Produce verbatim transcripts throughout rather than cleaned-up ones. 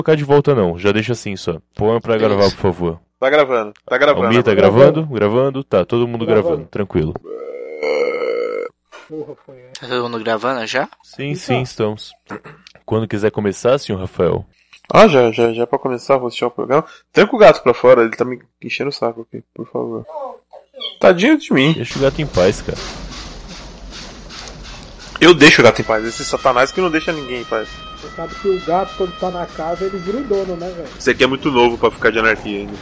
colocar de volta não, já deixa assim só. Põe pra gravar, por favor. Tá gravando, tá gravando. Almir tá gravando, gravando, tá, todo mundo gravando, gravando tranquilo. Tá todo mundo gravando já? Sim, sim, estamos. Quando quiser começar, senhor Rafael. Ah, já, já, já pra começar, vou assistir o programa. Tranca o gato pra fora, ele tá me enchendo o saco aqui, por favor. Tadinho de mim. Deixa o gato em paz, cara. Eu deixo o gato em paz, esse satanás que não deixa ninguém em paz. Você sabe que o gato, quando tá na casa, ele vira o dono, né, velho? Esse aqui é muito novo pra ficar de anarquia ainda.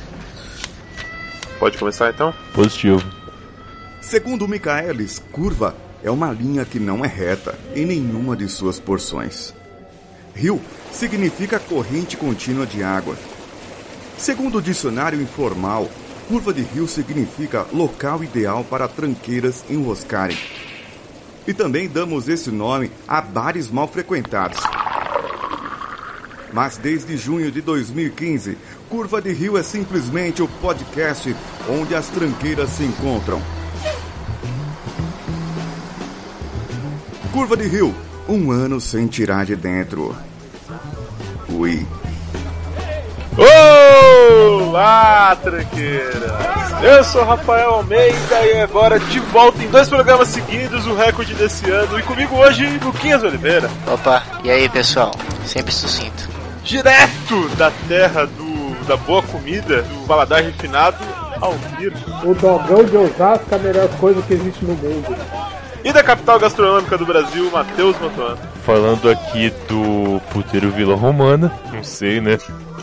Pode começar então? Positivo. Segundo Michaelis, curva é uma linha que não é reta em nenhuma de suas porções. Rio significa corrente contínua de água. Segundo o dicionário informal, curva de rio significa local ideal para tranqueiras enroscarem. E também damos esse nome a bares mal frequentados. Mas desde junho de dois mil e quinze, Curva de Rio é simplesmente o podcast onde as tranqueiras se encontram. Curva de Rio, um ano sem tirar de dentro. Ui. Olá, tranqueira! Eu sou Rafael Almeida e agora de volta em dois programas seguidos, o recorde desse ano. E comigo hoje, Luquinhas Oliveira. Opa, e aí pessoal? Sempre sucinto. Direto da terra do, da boa comida, do paladar refinado, Almir. O dogão de Osasco é a melhor coisa que existe no mundo. E da capital gastronômica do Brasil, Matheus Mantuano. Falando aqui do puteiro Vila Romana, não sei, né?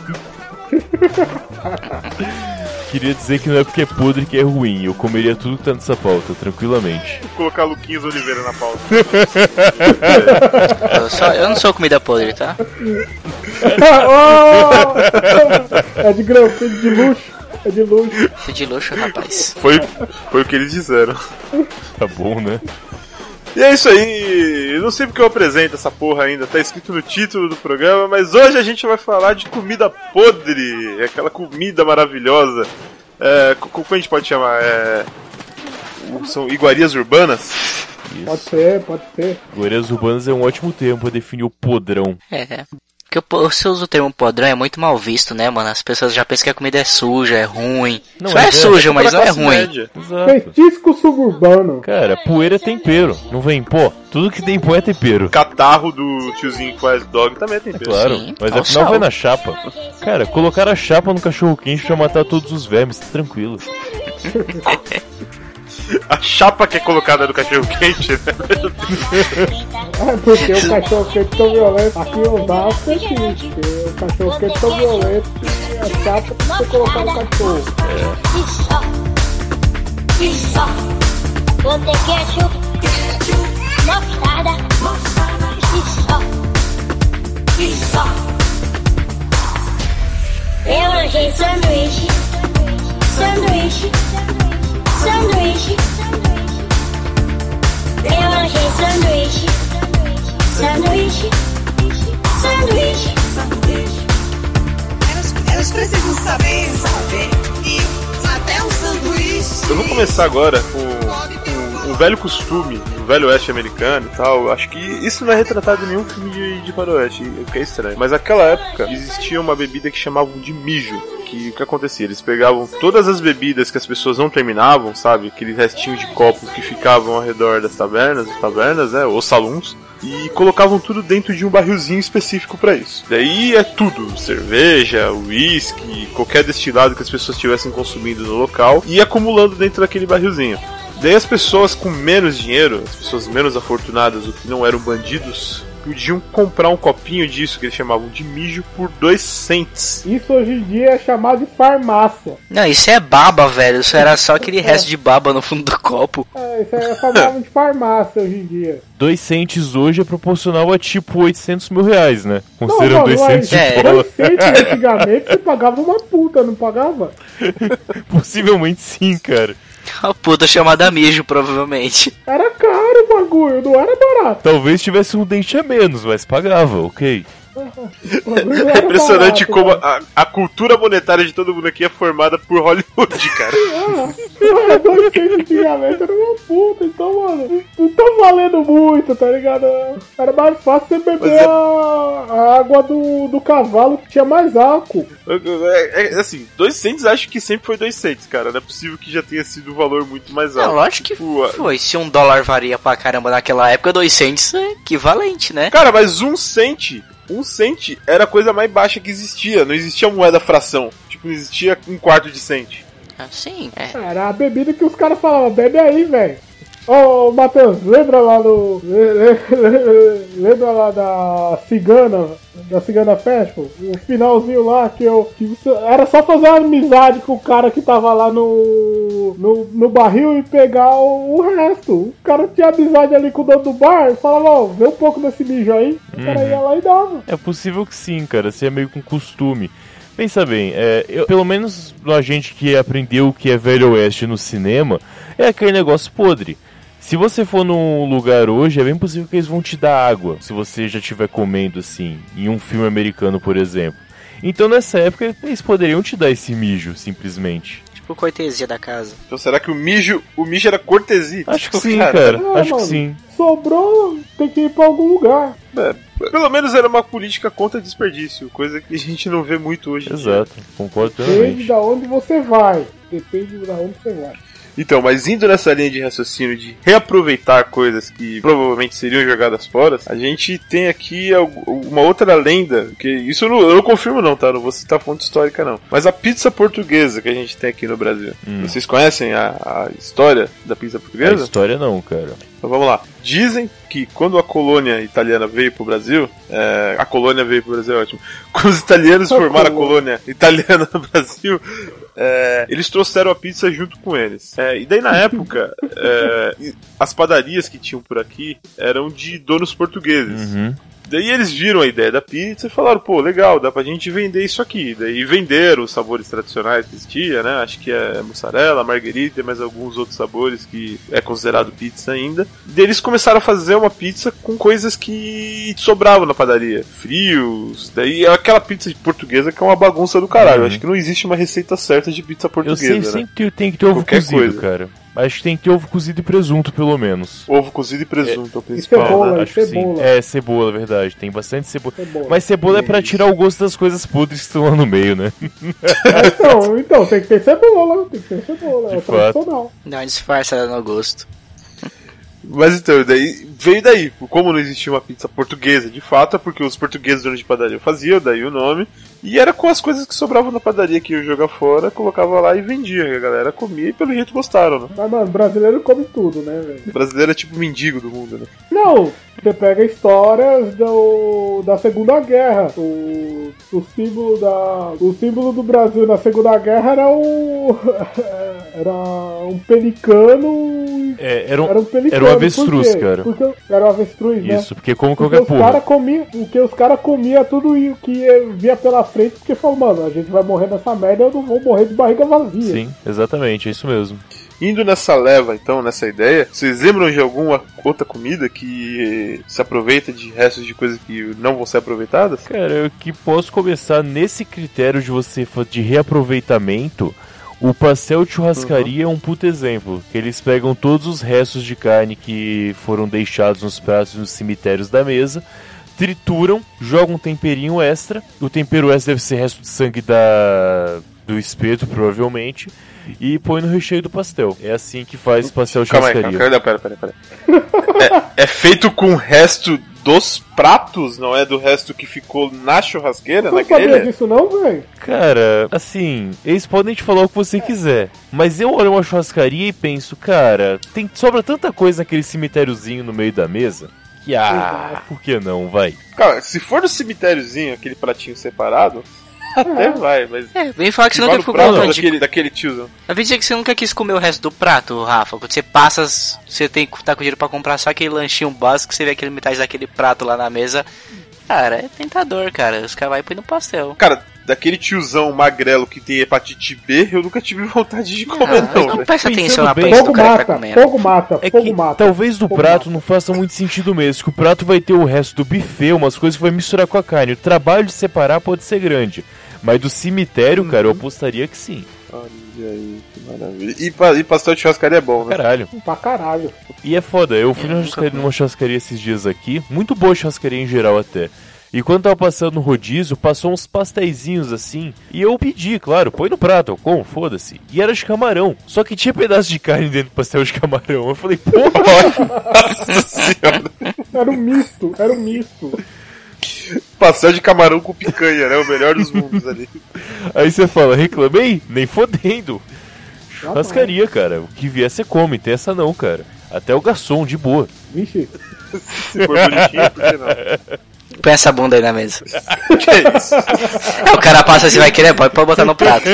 Queria dizer que não é porque é podre que é ruim. Eu comeria tudo que tá nessa pauta, tranquilamente. Vou colocar Luquinhas Oliveira na pauta. eu, só, eu não sou comida podre, tá? oh! É de grão, é de luxo. É de luxo. É de luxo, rapaz. Foi, foi o que eles disseram. Tá bom, né? E é isso aí, eu não sei porque eu apresento essa porra ainda, tá escrito no título do programa, mas hoje a gente vai falar de comida podre, aquela comida maravilhosa. É, como a gente pode chamar? É, são iguarias urbanas? Isso. Pode ser, pode ser. Iguarias urbanas é um ótimo termo pra definir o podrão. É, porque se eu uso o termo podrão é muito mal visto, né, mano? As pessoas já pensam que a comida é suja, é ruim. Não, Só é, é suja, mas não é ruim. Petisco suburbano. Cara, poeira é tempero, não vem pó. Tudo que tem pó é tempero. Catarro do tiozinho que faz dog também é tempero. É claro, Sim, mas afinal sal. vai na chapa. Cara, colocar a chapa no cachorro quente pra matar todos os vermes, tá tranquilo. A chapa que é colocada no cachorro quente, né? É porque o cachorro quente é tão violento. Aqui eu dá o quente, porque o cachorro quente é tão violento que a chapa tem que colocar no cachorro. É. Isso. Vou ter ketchup, mostarda, isso. Isso. Eu arranjei sanduíche, sanduíche. Sanduíche. Eu arranjei sanduíche. Sanduíche. Sanduíche. Elas, elas precisam saber, saber. E até um sanduíche. Eu vou começar agora com o velho costume, o velho oeste americano e tal. Acho que isso não é retratado em nenhum filme de, de faroeste, o que é estranho. Mas naquela época existia uma bebida que chamavam de mijo. Que o que acontecia? Eles pegavam todas as bebidas que as pessoas não terminavam, sabe? Aqueles restinhos de copos que ficavam ao redor das tavernas, tavernas, né? Ou saluns. E colocavam tudo dentro de um barrilzinho específico para isso. Daí é tudo, cerveja, uísque, qualquer destilado que as pessoas estivessem consumindo no local e acumulando dentro daquele barrilzinho. Daí as pessoas com menos dinheiro, as pessoas menos afortunadas, o que não eram bandidos, podiam comprar um copinho disso, que eles chamavam de mijo, por dois cents. Isso hoje em dia é chamado de farmácia. Não, isso é baba, velho. Isso era só aquele resto de baba no fundo do copo. É, isso é chamado de farmácia hoje em dia. Dois cents hoje é proporcional a tipo oitocentos mil reais, né? Considerando dois cents de é. dólar. dois cents antigamente você pagava uma puta, não pagava? Possivelmente sim, cara. A puta chamada mijo, provavelmente. Era caro o bagulho, não era barato. Talvez tivesse um dente a menos, mas pagava, ok. É impressionante como a, a cultura monetária de todo mundo aqui é formada por Hollywood, cara. É, dois centos antigamente era uma puta, então, mano, não tá valendo muito, tá ligado? Era mais fácil você beber é... a, a água do, do cavalo que tinha mais álcool. É, é, assim, dois centos acho que sempre foi dois centos, cara. Não é possível que já tenha sido um valor muito mais alto. Não, lógico que tipo, foi. Se um dólar varia pra caramba naquela época, dois centos é equivalente, né? Cara, mas um cente... Um cente era a coisa mais baixa que existia. Não existia moeda fração. Tipo, não existia um quarto de cente. Ah, sim. É. Era a bebida que os caras falavam, bebe aí, velho. Ô, oh, Matheus, lembra lá do... Lembra lá da Cigana, da Cigana Festival? O finalzinho lá que eu... Que você, era só fazer uma amizade com o cara que tava lá no... No, no barril e pegar o, o resto. O cara tinha amizade ali com o dono do bar e falava, ó, oh, vê um pouco desse mijo aí. O uhum. cara ia lá e dava. É possível que sim, cara. Isso é meio com costume. Pensa bem, é, eu, pelo menos a gente que aprendeu o que é Velho Oeste no cinema, é aquele negócio podre. Se você for num lugar hoje, é bem possível que eles vão te dar água, se você já estiver comendo assim, em um filme americano, por exemplo. Então nessa época eles poderiam te dar esse mijo, simplesmente. Tipo cortesia da casa. Então será que o mijo, o mijo era cortesia? Acho que sim, cara, cara. É, acho mano, que sim. Sobrou, tem que ir pra algum lugar. É, pelo menos era uma política contra desperdício, coisa que a gente não vê muito hoje. Exato, concordo plenamente. Depende de onde você vai. Depende de onde você vai. Então, mas indo nessa linha de raciocínio de reaproveitar coisas que provavelmente seriam jogadas fora, a gente tem aqui uma outra lenda, que isso eu não, eu não confirmo não, tá? Não vou citar fonte histórica não. Mas a pizza portuguesa que a gente tem aqui no Brasil. Hum. Vocês conhecem a, a história da pizza portuguesa? A história não, cara. Então vamos lá. Dizem que quando a colônia italiana veio pro Brasil, é, a colônia veio pro Brasil, é ótimo. Quando os italianos formaram a colônia italiana no Brasil, é, eles trouxeram a pizza junto com eles. É, e daí na época, é, as padarias que tinham por aqui eram de donos portugueses. Uhum. Daí eles viram a ideia da pizza e falaram, pô, legal, dá pra gente vender isso aqui. Daí venderam os sabores tradicionais que existia, né? Acho que é mussarela, margherita e mais alguns outros sabores que é considerado pizza ainda. Daí eles começaram a fazer uma pizza com coisas que sobravam na padaria. Frios, daí aquela pizza portuguesa que é uma bagunça do caralho. Uhum. Acho que não existe uma receita certa de pizza portuguesa, Eu sei, né? sempre tem que ter ovo Qualquer cozido, coisa. cara. Acho que tem que ter ovo cozido e presunto, pelo menos. Ovo cozido e presunto é, é o principal. E cebola, né? e Acho que cebola. sim. É, cebola, verdade. Tem bastante cebola. cebola. Mas cebola é pra tirar o gosto das coisas podres que estão lá no meio, né? É, então, então, tem que ter cebola. Tem que ter cebola. De é fato. tradicional. Dá uma disfarçada no gosto. Mas então, daí veio daí. Como não existia uma pizza portuguesa de fato, é porque os portugueses donos de padaria faziam, daí o nome. E era com as coisas que sobravam na padaria que eu jogar fora, colocava lá e vendia. A galera comia e pelo jeito gostaram, né? Mas, mano, brasileiro come tudo, né, velho? Brasileiro é tipo mendigo do mundo, né? Não, você pega histórias do, da Segunda Guerra. O, o, símbolo da, o símbolo do Brasil na Segunda Guerra era o. Era um pelicano. É, era um, era um pelicano. Era um avestruz, cara. Porque, era um avestruz, né? Isso, porque como porque qualquer porra. Cara comia, porque os caras comiam tudo que via pela frente, porque falaram, mano, a gente vai morrer nessa merda, eu não vou morrer de barriga vazia. Sim, exatamente, é isso mesmo. Indo nessa leva, então, nessa ideia, vocês lembram de alguma outra comida que se aproveita de restos de coisas que não vão ser aproveitadas? Cara, eu que posso começar nesse critério de você de reaproveitamento. O pastel de churrascaria uhum. é um puto exemplo, que eles pegam todos os restos de carne que foram deixados nos pratos e nos cemitérios da mesa, trituram, jogam um temperinho extra, o tempero extra deve ser resto de sangue da... do espeto, provavelmente, e põe no recheio do pastel. É assim que faz pastel de calma churrascaria. Aí, calma, pera, pera, pera. é, é feito com o resto dos pratos, não é do resto que ficou na churrasqueira, na grelha? Não sabia disso não, velho? Cara, assim, eles podem te falar o que você quiser, mas eu olho uma churrascaria e penso, cara, tem, sobra tanta coisa naquele cemitériozinho no meio da mesa, que ah, por que não, vai? Cara, se for no cemitériozinho, aquele pratinho separado... Até vai, mas... É, vem falar que você nunca ficou com vontade daquele, de... daquele tiozão. Eu vi dizer que você nunca quis comer o resto do prato, Rafa. Quando você passa, você tem que estar com dinheiro pra comprar só aquele lanchinho básico, você vê aquele metade daquele prato lá na mesa, Cara, é tentador, cara. Os caras vão e põem no pastel. Cara, daquele tiozão magrelo que tem hepatite B, eu nunca tive vontade de comer, Ah, não. não velho. presta atenção na bem, prensa do Fogo cara que mata, tá comendo. fogo mata, É fogo que mata. talvez do Fogo prato mata. não faça muito sentido mesmo, que o prato vai ter o resto do buffet, umas coisas que vai misturar com a carne. O trabalho de separar pode ser grande, mas do cemitério, Uhum. cara, eu apostaria que sim. Olha aí, que maravilha. E, pa- e pastel de churrascaria é bom, né? Caralho. Pra caralho. E é foda, eu fui numa churrascaria, numa churrascaria esses dias aqui, muito boa a churrascaria em geral até. E quando tava passando no rodízio, passou uns pasteizinhos assim. E eu pedi, claro, põe no prato, eu como, foda-se. E era de camarão. Só que tinha pedaço de carne dentro do pastel de camarão. Eu falei, porra, Nossa senhora. Era um misto, era um misto. Pastel de camarão com picanha, né? O melhor dos mundos ali. aí você fala, reclamei? Nem fodendo. Churrascaria, cara. O que vier você come, tem essa não, cara. Até o garçom, de boa. Vixe, Se for bonitinho, por que não? Põe essa bunda aí na mesa. Que é isso? É, o cara passa se vai querer, pode, pode botar no prato.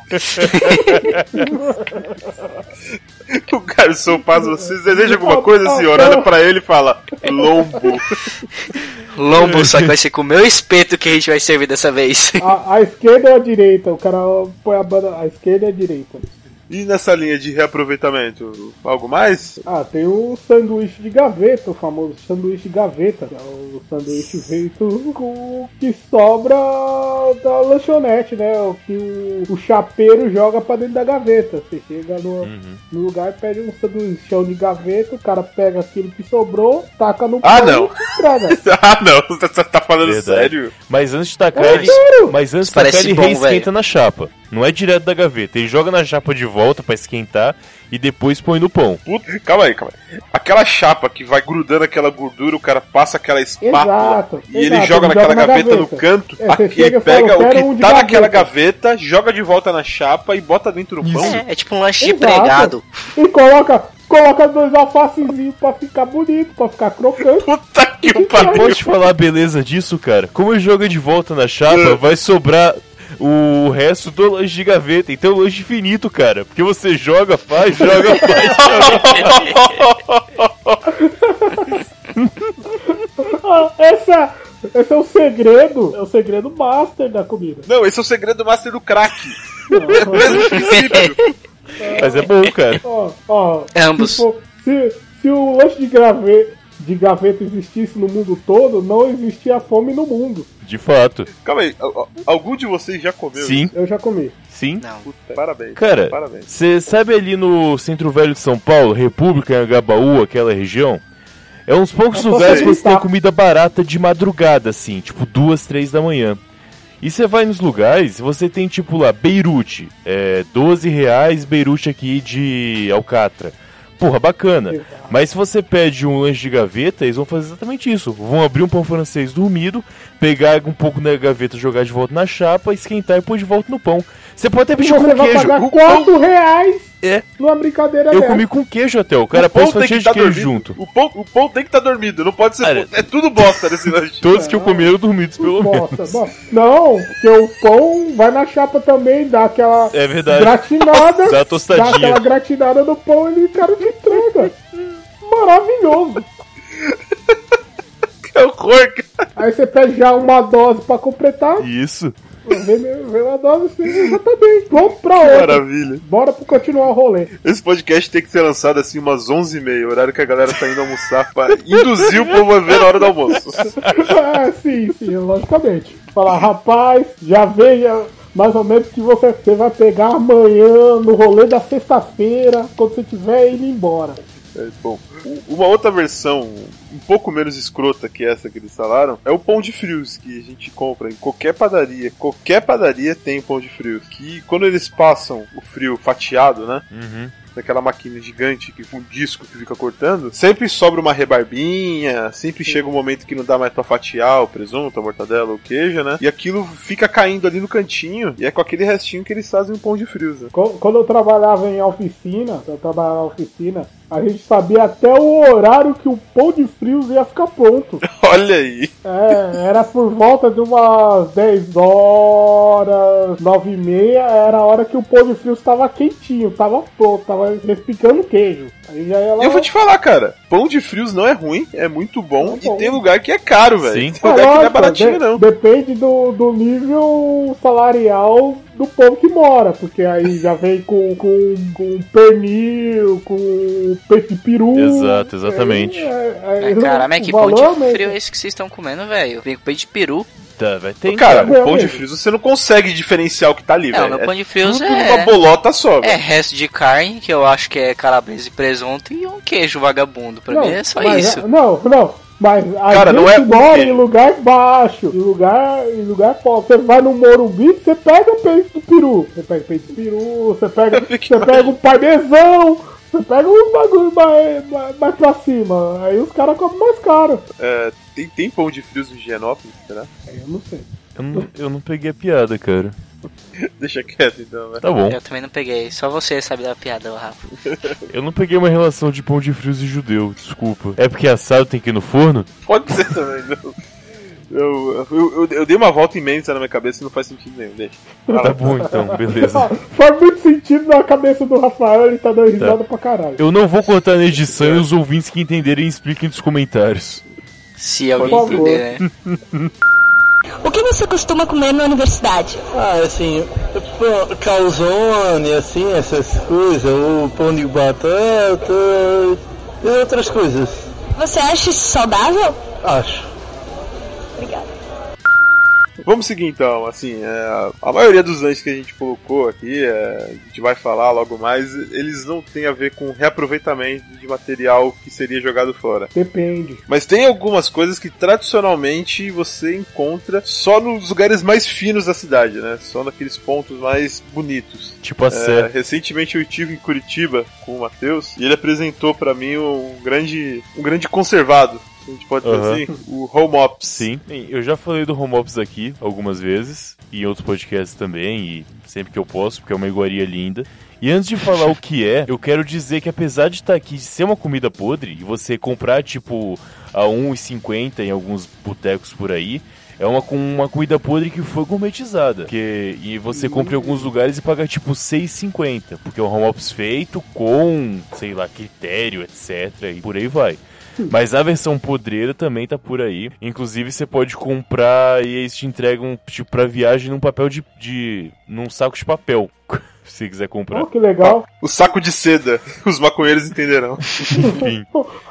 O garçom passa, vocês desejam alguma coisa, senhor? Olha pra ele e fala, lombo. Lombo, só que vai ser com o meu espeto que a gente vai servir dessa vez. a, a esquerda ou a direita? O cara põe a banda, a esquerda e a direita. E nessa linha de reaproveitamento, algo mais? Ah, tem o sanduíche de gaveta, o famoso sanduíche de gaveta. Que é o sanduíche feito com o que sobra da lanchonete, né? O que o, o chapeiro joga pra dentro da gaveta. Você chega no, Uhum. no lugar e pede um sanduíchão de gaveta, o cara pega aquilo que sobrou, taca no Ah, pão não. e entrega. Ah, não, você tá falando Verdade. sério? Mas antes de tacar, É ele, sério? mas antes de Parece tacar, ele bom, reesquenta velho. na chapa. Não é direto da gaveta. Ele joga na chapa de volta pra esquentar e depois põe no pão. Puta, calma aí, calma aí. Aquela chapa que vai grudando aquela gordura, o cara passa aquela espátula Exato, e ele exato, joga ele naquela joga na gaveta, gaveta. no canto, É, você aqui, chega ele e fala, pega "Eu o quero que um de tá naquela gaveta." gaveta, joga de volta na chapa e bota dentro do pão. É, é tipo um lanche de Exato. empregado. E coloca, coloca dois alfacezinhos pra ficar bonito, pra ficar crocante. Puta que Eu pariu. posso te falar a beleza disso, cara? Como ele joga de volta na chapa, vai sobrar o resto do lanche de gaveta. Então é um lanche infinito, cara. Porque você joga, faz, joga, faz. Ah, essa, esse é o segredo, é o segredo master da comida. Não, esse é o segredo master do crack. É o mesmo princípio. Mas é bom, cara. Ó, ó, Ambos. Se, for- se, se o lanche de, grave, de gaveta existisse no mundo todo, não existia fome no mundo. De fato. Calma aí, al- al- algum de vocês já comeu? Sim, Eu já comi. sim. Não. Puta, parabéns. Cara, parabéns. você sabe ali no Centro Velho de São Paulo, República, em Agabaú, aquela região? É uns poucos É só lugares você que você tem gritar. comida barata de madrugada, assim, tipo duas, três da manhã. E você vai nos lugares, você tem tipo lá, Beirute, é, doze reais Beirute aqui de Alcatra. Porra, bacana. Exato. Mas se você pede um lanche de gaveta, eles vão fazer exatamente isso. Vão abrir um pão francês dormido, pegar um pouco da gaveta, jogar de volta na chapa, esquentar e pôr de volta no pão. Você pode até E pedir você com vai queijo. pagar O quatro reais É, numa brincadeira eu dessa. comi com queijo até. O cara O pão pôs tem fatia que de tá queijo dormindo. junto. O pão, o pão tem que estar tá dormindo, não pode ser. Cara, é tudo bosta nesse lanche. Todos que eu comi eram dormidos, pelo Bosta, menos. bosta. Não, porque o pão vai na chapa também, dá aquela É verdade. gratinada, Dá uma dá tostadinha. aquela gratinada no pão e o cara te entrega. Maravilhoso. Que horror, cara. Aí você pede já uma dose pra completar, Isso. vem, vem uma dose e já tá bem. Vamos pra Que outra. maravilha. Bora pra continuar o rolê. Esse podcast tem que ser lançado assim umas onze e meia, horário que a galera tá indo almoçar, pra induzir o povo a ver na hora do almoço. Ah, sim, sim, logicamente. Falar, rapaz, já veja mais ou menos que você, você vai pegar amanhã no rolê da sexta-feira, quando você estiver indo embora. É, bom, u- uma outra versão um pouco menos escrota que essa que eles falaram é o pão de frios que a gente compra em qualquer padaria. Qualquer padaria tem pão de frios. Que quando eles passam o frio fatiado, né? Uhum. Daquela máquina gigante que com um disco que fica cortando, sempre sobra uma rebarbinha, sempre chega um momento que não dá mais pra fatiar o presunto, a mortadela, o queijo, né? E aquilo fica caindo ali no cantinho, e é com aquele restinho que eles fazem um pão de frios, né? Qu- Quando eu trabalhava em oficina, eu trabalhava em oficina, A gente sabia até o horário que o pão de frios ia ficar pronto. Olha aí. É, era por volta de umas dez horas, nove e meia, era a hora que o pão de frios estava quentinho, tava pronto, tava respicando queijo. Aí já ia lá... Eu vou te falar, cara, pão de frios não é ruim, é muito bom, é e bom. Tem lugar que é caro, velho. Sim. Tem lugar que não é Lógico, baratinho, de- não. Depende do, do nível salarial do povo que mora, porque aí já vem com, com, com pernil, com peito de peru. Exato, exatamente. Aí, é, é, É, cara, mas o que pão valor, de né? frio é esse que vocês estão comendo, velho? Vem com peito de peru. Tá, vai ter. Cara, Meu o pão de amigo. frios você não consegue diferenciar o que tá ali, É, o velho. meu pão de frios tudo é- uma bolota só, É velho. resto de carne, que eu acho que é calabresa e presunto, e um queijo vagabundo. Pra mim é só mas, isso. Não, não. Mas a Cara, gente não é mora porque- em lugar baixo, em lugar, em lugar pobre. Você vai no Morumbi, você pega o peito do peru. Você pega peito do peru, você pega, você pega um parmesão, você pega um bagulho mais, mais, mais pra cima. Aí os caras comem mais caro. É, tem, tem pão de frios em Higienópolis, será? Aí eu não sei. Eu não, eu não peguei a piada, cara. Deixa quieto então, velho. Tá bom. Eu também não peguei, só você sabe da piada, ô Rafa. Eu não peguei uma relação de pão de frios e judeu, desculpa. É porque assado tem que ir no forno? Pode ser também, não. Eu, eu, eu, eu dei uma volta imensa na minha cabeça e não faz sentido nenhum, deixa. Tá bom então, beleza. Ah, faz muito sentido na cabeça do Rafael, ele tá dando risada pra caralho. Eu não vou cortar na edição e os ouvintes que entenderem expliquem nos comentários. Se alguém Por favor. entender, né? O que você costuma comer na universidade? Ah, assim, pão- calzone, assim, essas coisas, o pão de batata e outras coisas. Você acha isso saudável? Acho. Obrigada. Vamos seguir então, assim, é, a maioria dos lanches que a gente colocou aqui, é, a gente vai falar logo mais, eles não tem a ver com reaproveitamento de material que seria jogado fora. Depende. Mas tem algumas coisas que tradicionalmente você encontra só nos lugares mais finos da cidade, né? Só naqueles pontos mais bonitos. Tipo a É, Sé. recentemente eu estive em Curitiba com o Matheus e ele apresentou pra mim um grande, um grande conservado. A gente pode dizer Aham. assim, o Home Ops. Sim, Bem, eu já falei do Home Ops aqui algumas vezes, e em outros podcasts também, e sempre que eu posso, porque é uma iguaria linda. E antes de falar o que é, eu quero dizer que apesar de estar aqui de ser uma comida podre, e você comprar tipo a um real e cinquenta em alguns botecos por aí, é uma, com uma comida podre que foi gourmetizada. Que, e você compra em alguns lugares e paga tipo seis reais e cinquenta, porque é um Home Ops feito com, sei lá, critério, etcétera. E por aí vai. Mas a versão podreira também tá por aí. Inclusive você pode comprar e eles te entregam tipo pra viagem num papel de, de num saco de papel. Se você quiser comprar. Oh, que legal. O saco de seda. Os maconheiros entenderão. Enfim.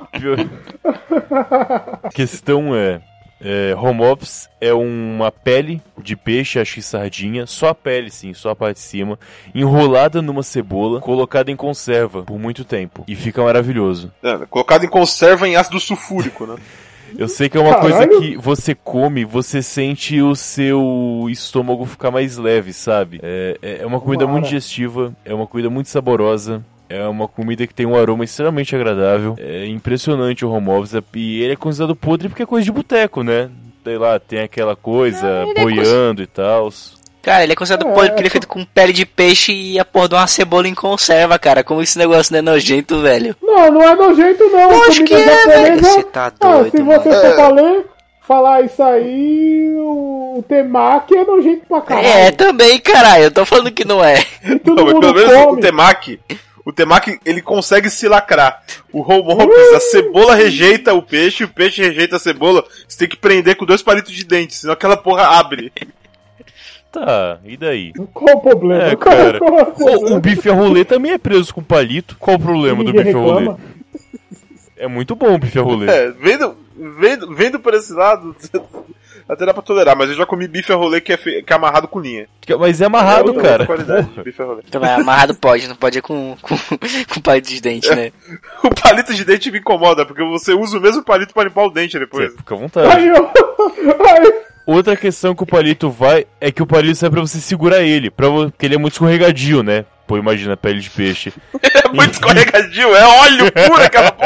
A questão é, é Home Ops é uma pele de peixe, acho que sardinha, só a pele sim, só a parte de cima, enrolada numa cebola, colocada em conserva por muito tempo. E fica maravilhoso. É, colocado em conserva em ácido sulfúrico, né? Eu sei que é uma Caralho. coisa que você come, você sente o seu estômago ficar mais leve, sabe? É, é é uma comida Tomara. muito digestiva, é uma comida muito saborosa. É uma comida que tem um aroma extremamente agradável. É impressionante o Home Ops. E ele é considerado podre porque é coisa de boteco, né? Sei lá, tem aquela coisa Ah, ele é boiando e tal. Cara, ele é considerado É, podre porque ele é feito com pele de peixe e a porra de uma cebola em conserva, cara. Como esse negócio não é nojento, velho? Não, não é nojento não. Lógico que Comida é, japonesa- velho. Você tá Ah, doido, se mano. você for pra ler, falar isso aí, o temaki é nojento pra caralho. É, também, caralho. Eu tô falando que não é. E todo Não, mas mundo pelo menos come. o temaki, o temaki, ele consegue se lacrar. O Home Ops, a cebola rejeita o peixe, o peixe rejeita a cebola. Você tem que prender com dois palitos de dente, senão aquela porra abre. Tá, e daí? Qual o problema? É, Qual- cara. qual é o O, problema? o bife a rolê também é preso com palito. Qual o problema do Ninguém bife a rolê? reclama. É muito bom o bife a rolê. É, vendo, vendo, vendo por esse lado, até dá pra tolerar, mas eu já comi bife a rolê que é, fe- que é amarrado com linha. Mas é amarrado, É outra- cara. outra qualidade de Porra. bife a rolê. Então, mas amarrado pode, não pode é com, com, com palito de dente, né? O palito de dente me incomoda, porque você usa o mesmo palito pra limpar o dente depois. Você fica à vontade. Aí, ó. Aí, Outra questão que o palito vai é que o palito serve pra você segurar ele, pra, vo- porque ele é muito escorregadio, né? Pô, imagina a pele de peixe. É muito escorregadio, é óleo puro aquela porra.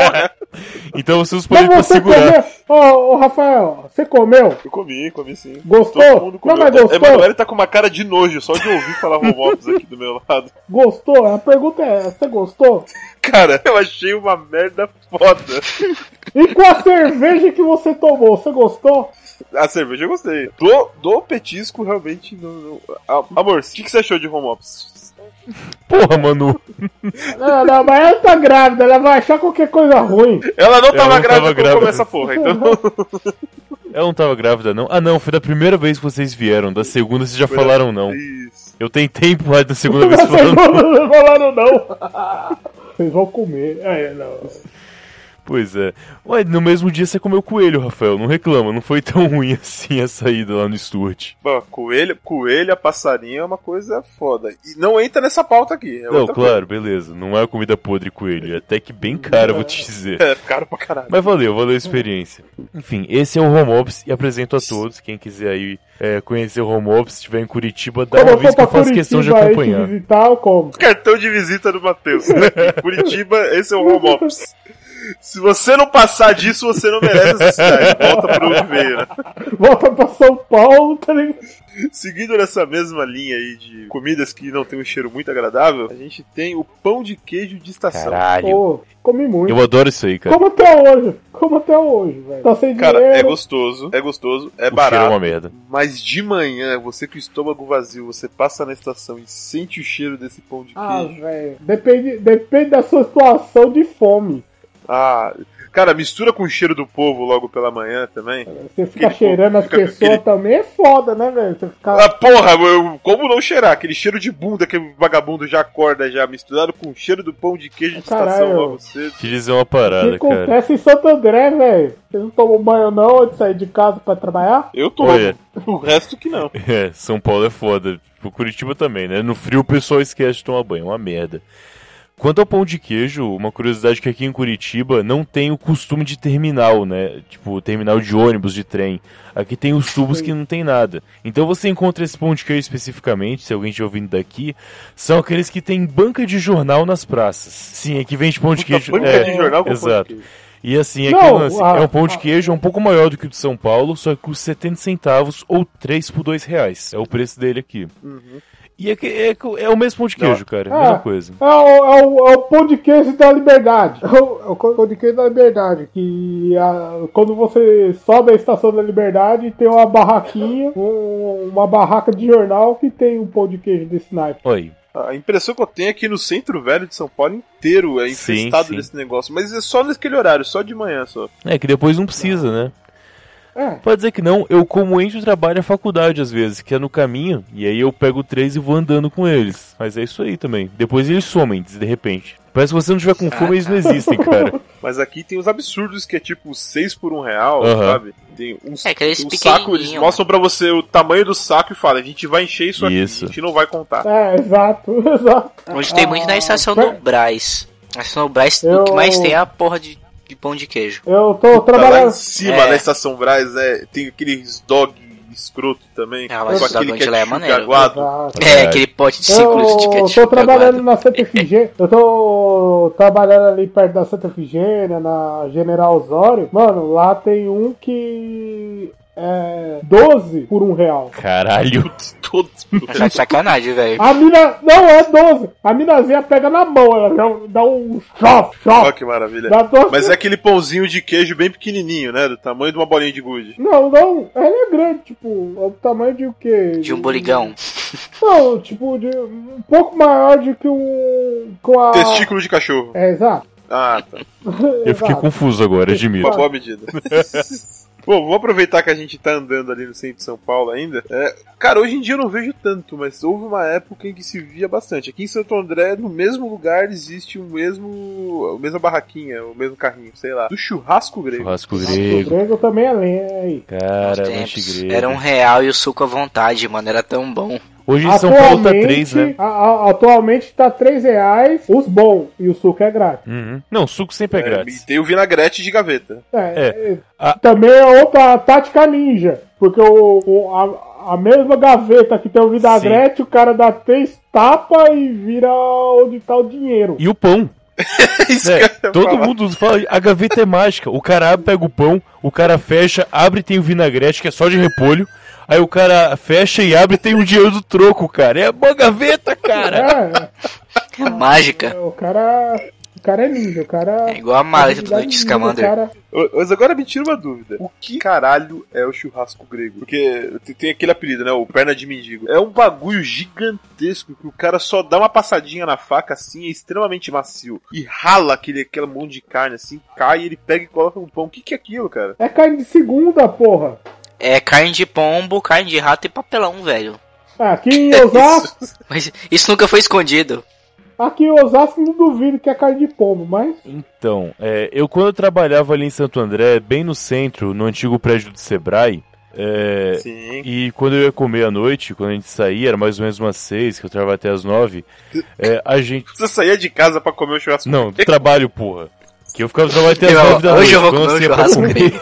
Então vocês podem pra segurar. Ô, ô, Rafael, você comeu? Eu comi, comi sim. Gostou? Todo mundo comeu. Não, mas gostou? Emanuele tá com uma cara de nojo só de ouvir falar home office aqui do meu lado. Gostou? A pergunta é, você gostou? Cara, eu achei uma merda foda. E com a cerveja que você tomou, você gostou? A cerveja eu gostei. Do, do petisco, realmente, não... não... Amor, o que, que você achou de home office? Porra, Manu. Não, não, mas ela tá grávida, ela vai achar qualquer coisa ruim. Ela não tava ela não grávida tava quando grávida. começa essa porra, então... Ela não tava grávida, não? Ah, não, foi da primeira vez que vocês vieram. Da segunda vocês já Foi falaram não. Isso. Eu tentei empurrar da segunda vez falando não. Não falaram não. Vocês vão comer. É, não. Pois é. Ué, no mesmo dia você comeu coelho, Rafael. Não reclama, não foi tão ruim assim a saída lá no Stuart. Bom, coelho, coelho, passarinho é uma coisa foda. E não entra nessa pauta aqui. É Não, outra claro, beleza. Não é comida podre coelho. É até que bem cara, vou te dizer. coisa. É, caro pra caralho. Mas valeu, valeu a experiência. Enfim, esse é o Home Office e apresento a todos. Quem quiser aí é, conhecer o Home Office, se estiver em Curitiba, dá Quando uma eu for vez que pra eu faço questão de Curitiba aí te acompanhar. visitar, eu como. Cartão de visita do Matheus. Né? Em Curitiba, esse é o home office. Se você não passar disso, você não merece essa cidade. Volta pra onde veio, né? Volta pra São Paulo, tá ligado? Seguindo nessa mesma linha aí de comidas que não tem um cheiro muito agradável, a gente tem o pão de queijo de estação. Caralho. Pô, comi muito. Eu adoro isso aí, cara. Como até hoje. Como até hoje, velho. Tá sem Cara, dinheiro. é gostoso, é gostoso, é O cheiro é barato. uma merda. Mas de manhã, você com o estômago vazio, você passa na estação e sente o cheiro desse pão de Ah, queijo. velho. Depende, depende da sua situação de fome. Ah, cara, mistura com o cheiro do povo logo pela manhã também. Você fica Aquele cheirando povo as fica com pessoas aquele- também é foda, né, velho? Você fica... Ah, porra, eu- como não cheirar? Aquele cheiro de bunda que o vagabundo já acorda já, misturado com o cheiro do pão de queijo de Caralho. estação logo cedo. Te dizer uma O que parada, cara. acontece em Santo André, velho? Vocês não tomam banho não antes de sair de casa pra trabalhar? Eu tomo, Olha. o resto que não. É, São Paulo é foda. Tipo, Curitiba também, né? No frio o pessoal esquece de tomar banho, é uma merda. Quanto ao pão de queijo, uma curiosidade que aqui em Curitiba não tem o costume de terminal, né? Tipo, terminal de ônibus, de trem. Aqui tem os tubos que não tem nada. Então você encontra esse pão de queijo especificamente, se alguém estiver ouvindo daqui, são aqueles que tem banca de jornal nas praças. Sim, aqui vende pão de Puta, queijo. banca é, de jornal com pão de exato. queijo. E assim, é, Não, que lance, a- é um pão de a- queijo, é um pouco maior do que o de São Paulo, só que custa setenta centavos ou três por dois reais. É o preço dele aqui. Uhum. E é, que- é, que- é o mesmo pão de queijo, cara. Ah, Mesma coisa. É o, é, o, é o pão de queijo da liberdade. É o, é o pão de queijo da liberdade. Que a- quando você sobe a estação da liberdade, tem uma barraquinha, um- uma barraca de jornal que tem um pão de queijo desse naipe. Olha aí. A impressão que eu tenho é que no centro velho de São Paulo inteiro é Sim, infestado sim. desse negócio. Mas é só naquele horário, só de manhã só. É que depois não precisa, né? É. Pode dizer que não, eu como entre o trabalho e a faculdade às vezes, que é no caminho, e aí eu pego três e vou andando com eles. Mas é isso aí também. Depois eles somem, de repente. Parece que você não tiver com fome, eles não existem, cara. Mas aqui tem os absurdos que é tipo seis por um real, Aham. sabe? Tem um, É, aqueles um saco, eles pequenininhos. mostram pra você o tamanho do saco e falam, a gente vai encher isso, Isso. aqui, a gente não vai contar. É, exato, exato. Onde tem muito na estação Ah, do Brás. Na estação do Brás, Eu- o que mais tem é a porra de, de pão de queijo. Eu tô Tá lá em trabalhando. cima, É. na Estação Braz, é, tem aqueles dog escroto também. Ah, mas com esse dog aquele anti lá é ketchup maneiro. aguado. Exato. É, Verdade. aquele pote de cinco litros de Eu ketchup. tô trabalhando aguado. na Santa Efigênia. Eu tô trabalhando ali perto da Santa Efigênia, na General Osório. Mano, lá tem um que é doze por um real. Caralho. Todos. Tá de sacanagem, velho. A mina. Não, é doze. A minazinha pega na mão, ela dá, dá um chop, Ó, chop. que maravilha. Dá doze. Mas é aquele pãozinho de queijo bem pequenininho, né? Do tamanho de uma bolinha de gude. Não, não. Ela é grande, tipo, é do tamanho de o quê? De um boligão. Não, tipo, de um pouco maior do que um. Com a. Testículo de cachorro. É, exato. Ah, tá. Eu fiquei Exato. confuso agora, Uma admito. boa medida. Bom, vou aproveitar que a gente tá andando ali no centro de São Paulo ainda. É, cara, hoje em dia eu não vejo tanto, mas houve uma época em que se via bastante. Aqui em Santo André, no mesmo lugar, existe o mesmo. a mesma barraquinha, o mesmo carrinho, sei lá. Do churrasco grego. Churrasco O grego. grego também é lei. Cara, Nos lanche tempos, grego. era um real e o suco à vontade, mano. Era tão bom. Hoje em São Paulo tá três, né? a- a- atualmente tá três reais os bons e o suco é grátis. Uhum. Não, suco sempre é É, grátis. e tem o vinagrete de gaveta. É, É. é, A- Também é outra tática ninja, porque o, o- a, a mesma gaveta que tem o vinagrete, o cara dá três tapas e vira onde tá o dinheiro. E o pão. Isso É, que eu ia todo falar. mundo fala, a gaveta é mágica. O cara abre, pega o pão, o cara fecha, abre e tem o vinagrete, que é só de repolho. Aí o cara fecha e abre e tem o dinheiro do troco, cara. É uma gaveta, cara. É, É mágica. o cara. O cara é ninja, o cara. É igual a maleta do habilidade Scamander. ninja, o cara- Ô, Mas agora me tira uma dúvida. O que caralho é o churrasco grego? Porque tem- tem aquele apelido, né? O perna de mendigo. É um bagulho gigantesco que o cara só dá uma passadinha na faca assim, é extremamente macio. E rala aquele, aquele monte de carne assim, cai, ele pega e coloca no pão. O que que é aquilo, cara? É carne de segunda, porra. É carne de pombo, carne de rato e papelão, velho. Ah, aqui em Osasco, Mas isso nunca foi escondido. aqui em Osasco não duvido que é carne de pombo, mas. Então, é, eu quando eu trabalhava ali em Santo André, bem no centro, no antigo prédio do Sebrae, é, Sim. e quando eu ia comer à noite, quando a gente saía, era mais ou menos umas seis, que eu trabalhava até as nove, é, a gente... Você saía de casa pra comer o churrasco Não, do grego? trabalho, porra. Que eu ficava trabalhando até as Eu- nove da hoje noite, eu vou quando comer eu um saía pra churrasco comer.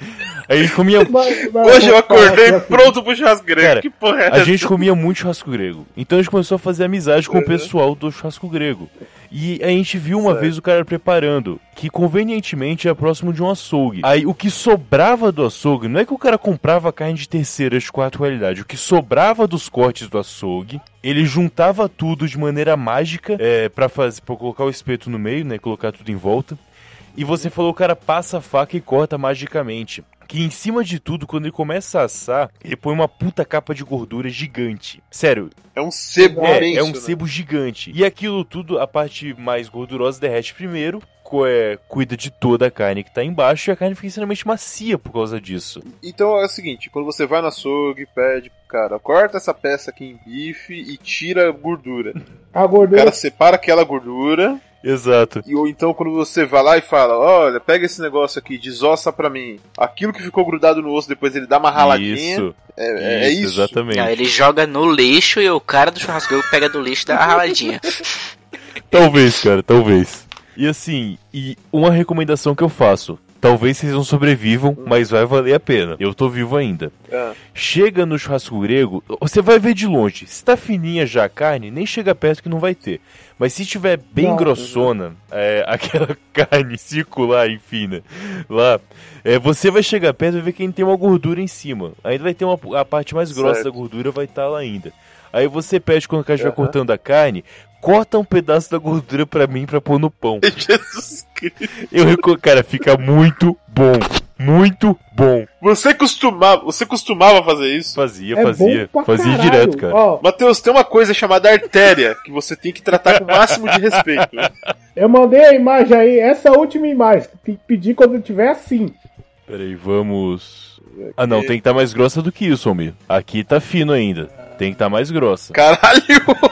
Aí a gente comia... mas- mas- Hoje eu acordei Fala assim, pronto pro churrasco grego. Cara, que porra é A essa? gente comia muito churrasco grego. Então a gente começou a fazer amizade com o pessoal do churrasco grego. E a gente viu uma Certo. vez o cara preparando, que convenientemente é próximo de um açougue. Aí o que sobrava do açougue, não é que o cara comprava carne de terceira de quarta qualidade, o que sobrava dos cortes do açougue, ele juntava tudo de maneira mágica, é, pra, fazer, pra colocar o espeto no meio, né, colocar tudo em volta. E você falou, o cara passa a faca e corta magicamente. Que em cima de tudo, quando ele começa a assar, ele põe uma puta capa de gordura gigante. Sério, É um sebo é, imenso, é um né? sebo gigante. E aquilo tudo, a parte mais gordurosa derrete primeiro, co- é, cuida de toda a carne que tá embaixo, e a carne fica extremamente macia por causa disso. Então é o seguinte, quando você vai no açougue, pede pro cara, corta essa peça aqui em bife e tira a gordura. A O gordura. cara separa aquela gordura, Exato. e, ou então quando você vai lá e fala, olha, pega esse negócio aqui, desossa pra mim. Aquilo que ficou grudado no osso, depois ele dá uma raladinha. Isso. É, é isso, isso. exatamente. Não, ele joga no lixo e o cara do churrasco pega do lixo e dá uma raladinha. Talvez, cara, talvez. E assim, e uma recomendação que eu faço. Talvez vocês não sobrevivam, mas vai valer a pena. Eu tô vivo ainda. Ah. Chega no churrasco grego, você vai ver de longe. Se tá fininha já a carne, nem chega perto que não vai ter. Mas se tiver bem Não. grossona, é, aquela carne circular e fina, lá, é, você vai chegar perto e vai ver que ainda tem uma gordura em cima. Ainda vai ter uma, a parte mais grossa Certo. da gordura vai estar lá ainda. Aí você pede, quando o cara estiver Aham. cortando a carne, corta um pedaço da gordura pra mim pra pôr no pão. Jesus Cristo. Eu reco... Cara, fica muito bom. Muito bom. Você costumava, você costumava fazer isso? Fazia, É fazia. bom pra Fazia caralho. direto, cara. Ó, Matheus, tem uma coisa chamada artéria que você tem que tratar com o máximo de respeito. Né? eu mandei a imagem aí, essa última imagem. Tem que pedir quando tiver assim. Peraí, vamos. Ah, não, tem que estar mais grossa do que isso, Almir. Aqui tá fino ainda. Tem que estar mais grossa. Caralho!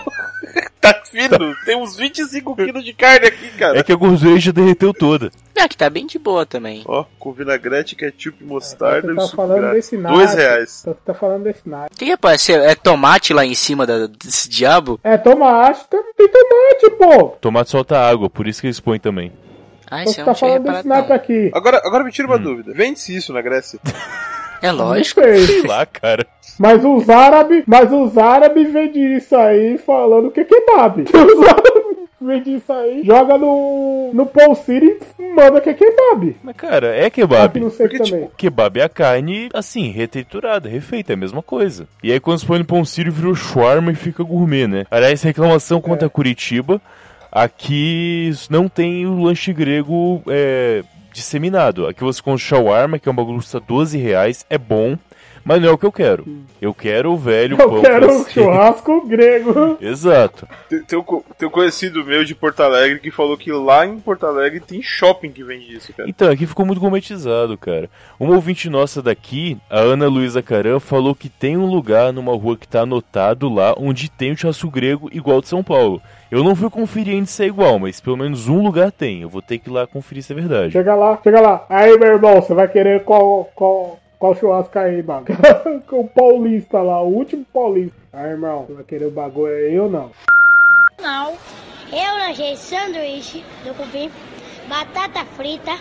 Tá fino, tem uns vinte e cinco quilos de carne aqui, cara. É que a gordura já derreteu toda. Ah, que tá bem de boa também. Ó, com vinagrete, ketchup, mostarda Você e tá suco falando grátis. desse nada. Dois reais. Você tá falando desse nada. O que que apareceu? É tomate lá em cima da- desse diabo? É tomate, tem, tem tomate, pô. Tomate solta água, por isso que eles põem também. Ah, Você isso eu tá não tinha falando reparado desse nada não. aqui. Agora, agora me tira uma dúvida. Vende-se isso na Grécia? É lógico. Não sei. Sei lá, cara. Mas os árabes, mas os árabes vendem isso aí falando que é kebab. Os árabes vendem isso aí, joga no, no Paul City e manda que é kebab. Mas, cara, é Aqui kebab. não sei Porque, também. Kebab é a carne, assim, retriturada, refeita, é a mesma coisa. E aí quando você põe no pão sírio, virou shawarma e fica gourmet, né? Aliás, reclamação contra É. Curitiba. Aqui não tem o lanche grego é, disseminado. Aqui você compra shawarma, que é um bagulho que custa doze reais, é bom, mas não é o que eu quero. Eu quero o velho Eu pão quero um francês. churrasco grego. Exato. Tem, tem, um, co- tem um conhecido meu de Porto Alegre que falou que lá em Porto Alegre tem shopping que vende isso, cara. Então, aqui ficou muito gourmetizado, cara. Uma ouvinte nossa daqui, a Ana Luísa Caram, falou que tem um lugar numa rua que tá anotado lá, onde tem o churrasco grego igual de São Paulo. Eu não fui conferir ainda se é igual, mas pelo menos um lugar tem. Eu vou ter que ir lá conferir se é verdade. Chega lá, chega lá. Aí, meu irmão, você vai querer qual, qual, qual churrasco aí, mano? O paulista lá, o último paulista. Aí, irmão, você vai querer o bagulho aí ou não? Não, eu lanchei sanduíche do cupim, batata frita,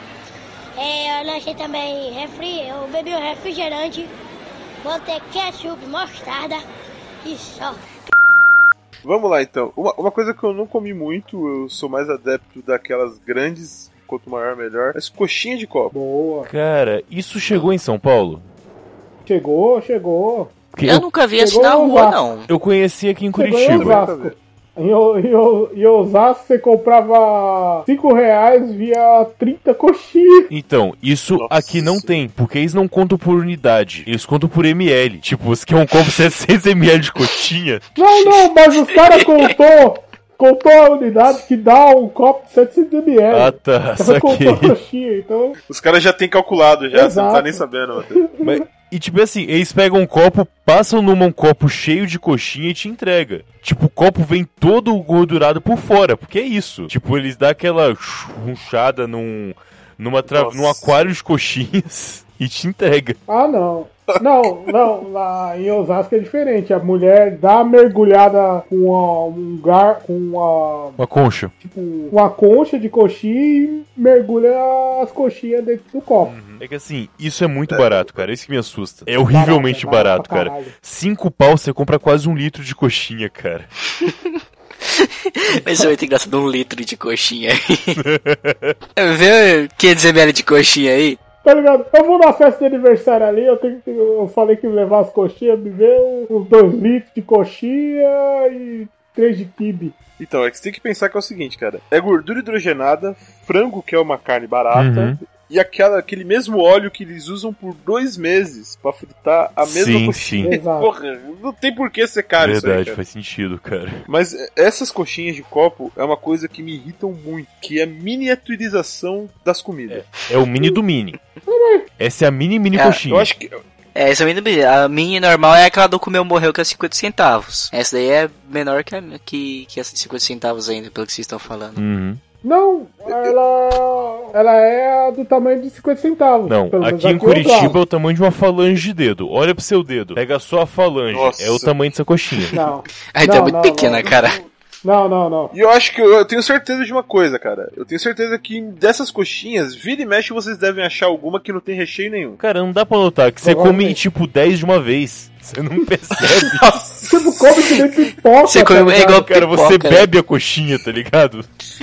é, eu lanchei também refri, eu bebi o refrigerante, botei ketchup, mostarda e só. Vamos lá, então. Uma, uma coisa que eu não comi muito, eu sou mais adepto daquelas grandes, quanto maior, melhor, as coxinhas de copo. Boa. Cara, isso chegou em São Paulo? Chegou, chegou. Eu, eu nunca vi assim na rua, não. Eu conheci aqui em chegou Curitiba. Em, em, em Osasco você comprava cinco reais via trinta coxinhas. Então, isso Nossa. Aqui não tem, porque eles não contam por unidade, eles contam por ml. Tipo, você quer um copo de setecentos mililitros de coxinha? Não, não, mas os caras contou, contou a unidade que dá um copo de setecentos mililitros. Ah, tá, saquei. Coxinha, então... Os caras já tem calculado, já, Exato. Você não tá nem sabendo. Mas, e tipo assim, eles pegam um copo, passam num um copo cheio de coxinha e te entrega. Tipo, o copo vem todo gordurado por fora, porque é isso. Tipo, eles dão aquela runchada num, numa tra... num aquário de coxinhas e te entrega. Ah, não. Não, não, lá em Osasco é diferente. A mulher dá mergulhada com uma, um gar, com uma... Uma concha. Tipo, uma concha de coxinha e mergulha as coxinhas dentro do copo. Uhum. É que assim, isso é muito barato, cara. Isso que me assusta. É horrivelmente barato, barato, barato cara. Cinco pau você compra quase um litro de coxinha, cara. Mas é muito engraçado, um litro de coxinha aí. Vê quinhentos mililitros de coxinha aí. Tá ligado? Eu vou na festa de aniversário ali, eu, tenho que, eu falei que ia levar as coxinhas, me vê uns dois litros de coxinha e três de quibe. Então, é que você tem que pensar que é o seguinte, cara. É gordura hidrogenada, frango, que é uma carne barata, uhum. e aquela, aquele mesmo óleo que eles usam por dois meses pra fritar a mesma sim, coxinha. Sim. Porra, não tem por que ser caro Verdade, isso aí, cara. Faz sentido, cara. Mas essas coxinhas de copo é uma coisa que me irritam muito, que é a miniaturização das comidas. É, é o mini do mini. Essa é a mini mini é, coxinha. Eu acho que... É, essa mini, a mini normal é aquela do Comeu Morreu, que é cinquenta centavos. Essa daí é menor que, a, que, que essa de cinquenta centavos ainda, pelo que vocês estão falando. Uhum. Não, ela, ela é do tamanho de cinquenta centavos. Não, aqui em Curitiba é o tamanho de uma falange de dedo. Olha pro seu dedo, pega só a falange, Nossa. É o tamanho dessa coxinha. Não. Aí tá muito não, pequena, não, cara. Não, não, não. E eu acho que eu, eu tenho certeza de uma coisa, cara. Eu tenho certeza que dessas coxinhas, vira e mexe, vocês devem achar alguma que não tem recheio nenhum. Cara, não dá pra notar que você come tipo dez de uma vez. Você não percebe. Você não come que nem pipoca. Você come tá é igual cara, pipoca, você bebe a coxinha, tá ligado?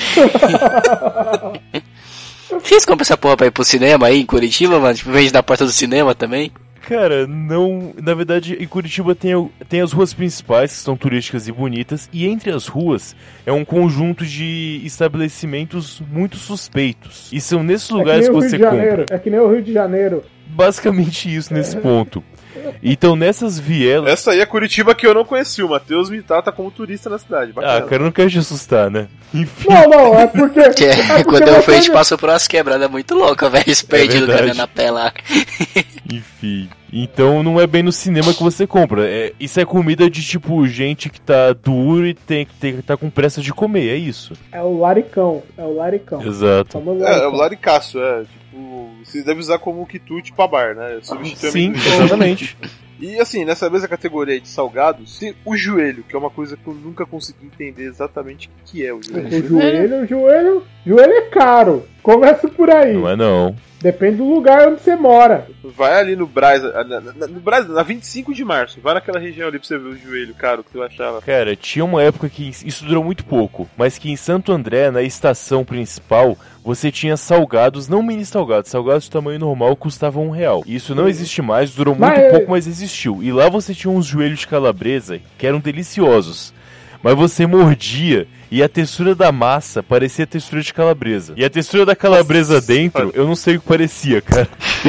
Vocês compram essa porra pra ir pro cinema aí em Curitiba, mano? Tipo, vende na porta do cinema também? Cara, não... Na verdade, em Curitiba tem, tem as ruas principais, que são turísticas e bonitas, e entre as ruas é um conjunto de estabelecimentos muito suspeitos. E são nesses lugares é que, que você compra. É que nem o Rio de Janeiro. Basicamente isso, nesse ponto. Então nessas vielas... Essa aí é Curitiba que eu não conheci, o Matheus me trata como turista na cidade. Bacana. Ah, cara, eu não quero te assustar, né? Enfim. Não, não, é porque... É, é quando eu fui, a gente passou por umas quebradas muito loucas, velho, perdido é caminhando na pé lá. Enfim, então não é bem no cinema que você compra. É, isso é comida de tipo gente que tá duro e tem que tem, tá com pressa de comer, é isso. É o laricão, é o laricão. Exato. É, é o laricaço, é, tipo, você deve usar como quitute pra bar, né? Sim, exatamente. E assim, nessa mesma categoria de salgados, tem o joelho, que é uma coisa que eu nunca consegui entender exatamente o que é o joelho. O joelho, o joelho, joelho é caro. Começa por aí. Não é não. Depende do lugar onde você mora. Vai ali no Brás, na, na, no Brás, na vinte e cinco de março, vai naquela região ali pra você ver o joelho caro que você achava. Cara, tinha uma época que isso durou muito pouco, mas que em Santo André, na estação principal, você tinha salgados, não mini salgados, salgados de tamanho normal custavam um real. Isso não existe mais, durou muito mas... pouco, mas existiu. E lá você tinha uns joelhos de calabresa que eram deliciosos. Mas você mordia e a textura da massa parecia a textura de calabresa. E a textura da calabresa Nossa, dentro, eu não sei o que parecia, cara.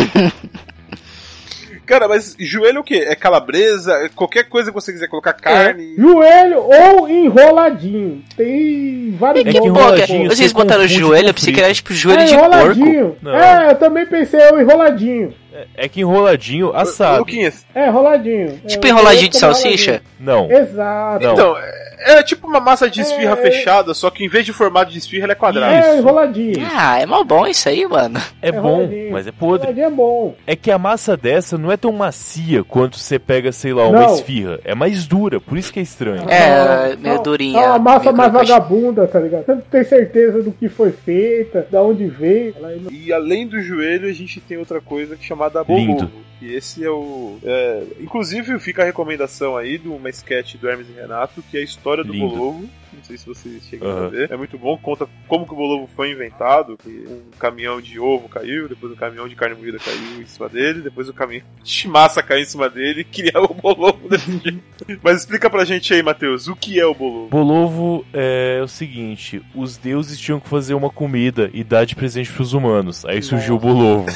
Cara, mas joelho é o quê? É calabresa? É qualquer coisa que você quiser colocar carne? É, joelho ou enroladinho. Tem vários é que enroladinho. Vocês botaram joelho, eu pensei que era tipo joelho é, de porco. Não. É, eu também pensei o enroladinho. É, é que enroladinho assado. Luquinhas. É, enroladinho. Tipo é, enroladinho de salsicha? Não. Exato. Então, é, é tipo uma massa de esfirra é... fechada, só que em vez de formato de esfirra, ela é quadrada. É, enroladinho. Ah, é mal bom isso aí, mano. É, é bom, mas é podre. Enroladinho é bom. É que a massa dessa não é tão macia quanto você pega, sei lá, uma não. esfirra. É mais dura, por isso que é estranho. É, meio durinha. É uma massa mais vagabunda, tá ligado? Você não tem certeza do que foi feita, da onde veio. E além do joelho, a gente tem outra coisa que chama chamada Bolovo. Que esse é o... É, inclusive fica a recomendação aí de uma sketch do Hermes e Renato, que é a história do Lindo. Bolovo. Não sei se vocês chegam Uhum. a ver. É muito bom, conta como que o Bolovo foi inventado, que um caminhão de ovo caiu, depois um caminhão de carne moída caiu em cima dele, depois o caminhão de massa caiu em cima dele e criou o Bolovo desse jeito. Mas explica pra gente aí, Matheus, o que é o Bolovo? Bolovo é o seguinte, os deuses tinham que fazer uma comida e dar de presente pros humanos. Aí surgiu o Bolovo.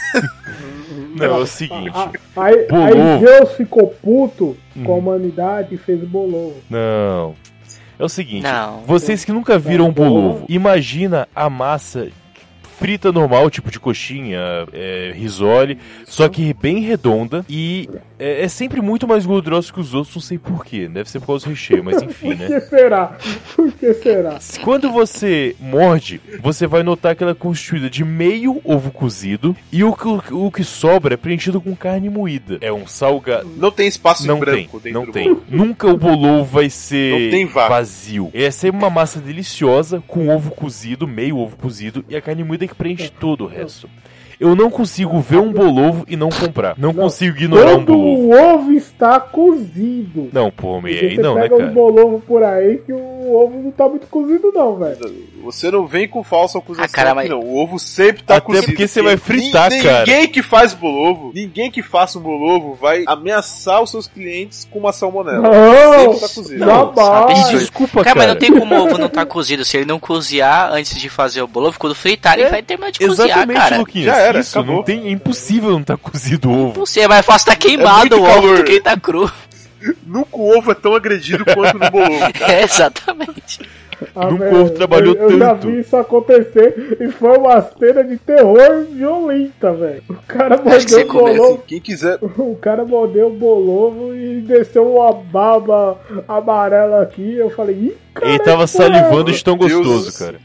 Não, é o seguinte. Aí, Bolovo. aí Deus ficou puto com a Hum. humanidade e fez o Bolovo. Não. É o seguinte, Não. vocês que nunca viram um bolovo, imagina a massa frita normal, tipo de coxinha, é, risole, só que bem redonda e é, é sempre muito mais gorduroso que os outros, não sei porquê, deve ser por causa do recheio, mas enfim, Por né? que será? Por que será? Quando você morde, você vai notar que ela é constituída de meio ovo cozido e o que, o que sobra é preenchido com carne moída. É um salgado. Não tem espaço Não em tem, branco dentro não do tem. bolo. Nunca o bolovo vai ser Não tem vácuo. vazio. É sempre uma massa deliciosa com ovo cozido, meio ovo cozido e a carne moída que preenche todo o resto. Eu não consigo ver um bolovo e não comprar. Não, Não. consigo ignorar um Quando bolovo. o ovo está cozido. Não, pô, me Porque aí você não, né, pega um cara? bolovo por aí que o ovo não tá muito cozido não, velho. Você não vem com falsa acusação Ah, cara, aqui, mas- não. O ovo sempre tá Até cozido. porque você vai fritar, Nin- cara. Ninguém que faz bolovo, ninguém que faça um bolovo vai ameaçar os seus clientes com uma salmonela. Não, Sempre tá cozido. não, jamais. absurdo. Desculpa, Cara, cara. mas não tem como o ovo não estar cozido. Se ele não cozinhar antes de fazer o bolovo, quando fritar, ele vai terminar de cozinhar, Exatamente, cara. Luquinhas. Já era, Isso, acabou. não tem, é impossível não estar cozido o ovo. Não sei, é mais fácil tá queimado muito o ovo calor. do que ele tá cru. Nunca o ovo é tão agredido quanto no bolovo. É, exatamente. Ah, Nunca velho, o ovo trabalhou eu, eu já tanto. vi isso acontecer e foi uma cena de terror violenta, velho. O cara Acho que mordeu você o comeu, bolovo. Assim, quem quiser. O cara mordeu o bolovo e desceu uma baba amarela aqui. Eu falei, ih, cara. Ele tava que porra é salivando essa? de tão Deus. gostoso, cara.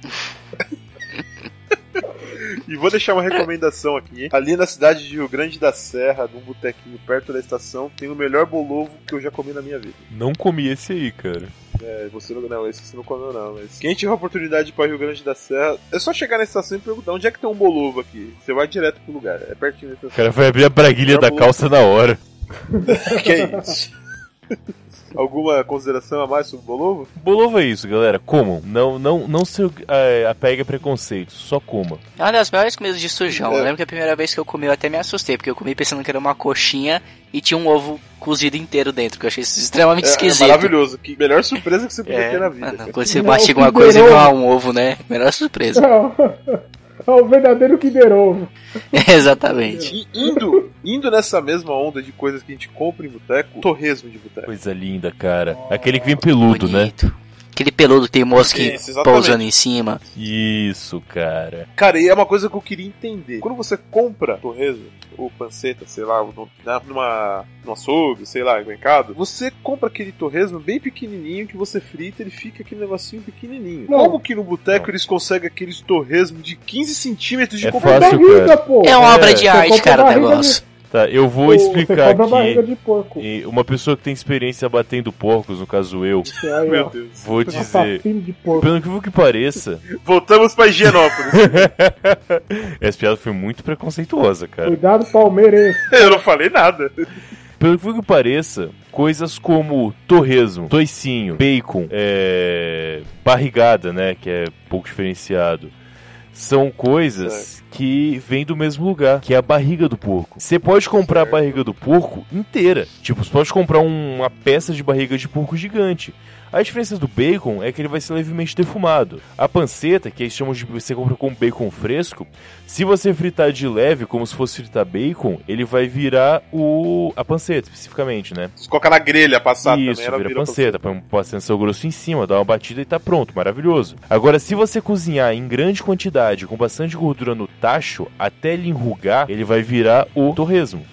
E vou deixar uma recomendação aqui. Ali na cidade de Rio Grande da Serra, num botequinho perto da estação, tem o melhor bolovo que eu já comi na minha vida. Não comi esse aí, cara. É, você não, não, esse você não comeu não, mas quem tiver a oportunidade de ir pra Rio Grande da Serra, é só chegar na estação e perguntar onde é que tem um bolovo aqui. Você vai direto pro lugar, é pertinho da O estação. cara vai abrir a braguilha da calça na hora. Que é isso? Alguma consideração a mais sobre o bolovo? Bolovo é isso, galera. Comam. Não, não, não se é, apegue a preconceito. Só coma. É uma das melhores comidas de sujão. É. Eu lembro que a primeira vez que eu comi eu até me assustei, porque eu comi pensando que era uma coxinha e tinha um ovo cozido inteiro dentro, que eu achei isso extremamente É, é esquisito. maravilhoso. Que melhor surpresa que você podia É, ter na vida. mano, cara. quando você Não, mastiga que uma coisa e vê derou. um ovo, né? Melhor surpresa. É o verdadeiro Kinder Ovo. Exatamente. E indo, indo nessa mesma onda de coisas que a gente compra em boteco, torresmo de boteco. Coisa linda, cara. Aquele que vem peludo, né? Bonito. Aquele peludo tem mosca Isso, exatamente. pousando em cima. Isso, cara. Cara, e é uma coisa que eu queria entender. Quando você compra torresmo, ou panceta, sei lá, no- na- numa, num açougue, sei lá, no mercado, você compra aquele torresmo bem pequenininho que você frita, ele fica aquele negocinho pequenininho. Não. Como que no boteco eles conseguem aqueles torresmo de quinze centímetros de É comprimento? fácil, Barriga, cara. pô. É uma É, obra de você arte, compra cara, o barriga negócio. Tá, eu vou Você explicar compra barriga aqui. de porco. E uma pessoa que tem experiência batendo porcos, no caso eu, Aí, Meu ó, Deus. vou dizer. assassino de porco. Pelo que que pareça, Voltamos pra Higienópolis. essa piada foi muito preconceituosa, cara. Cuidado, palmeirense. Eu não falei nada. Pelo que pareça, coisas como torresmo, toicinho, bacon, é... barrigada, né, que é pouco diferenciado, são coisas que vêm do mesmo lugar, que é a barriga do porco. Você pode comprar a barriga do porco inteira. Tipo, você pode comprar um- uma peça de barriga de porco gigante. A diferença do bacon é que ele vai ser levemente defumado. A panceta, que eles chamam de você compra com bacon fresco, se você fritar de leve, como se fosse fritar bacon, ele vai virar o a panceta, especificamente, né? Se colocar na grelha passada Isso, também, ela vira vira panceta, põe um panceta seu grosso em cima, dá uma batida e tá pronto, maravilhoso. Agora, se você cozinhar em grande quantidade, com bastante gordura no tacho, até ele enrugar, ele vai virar o torresmo.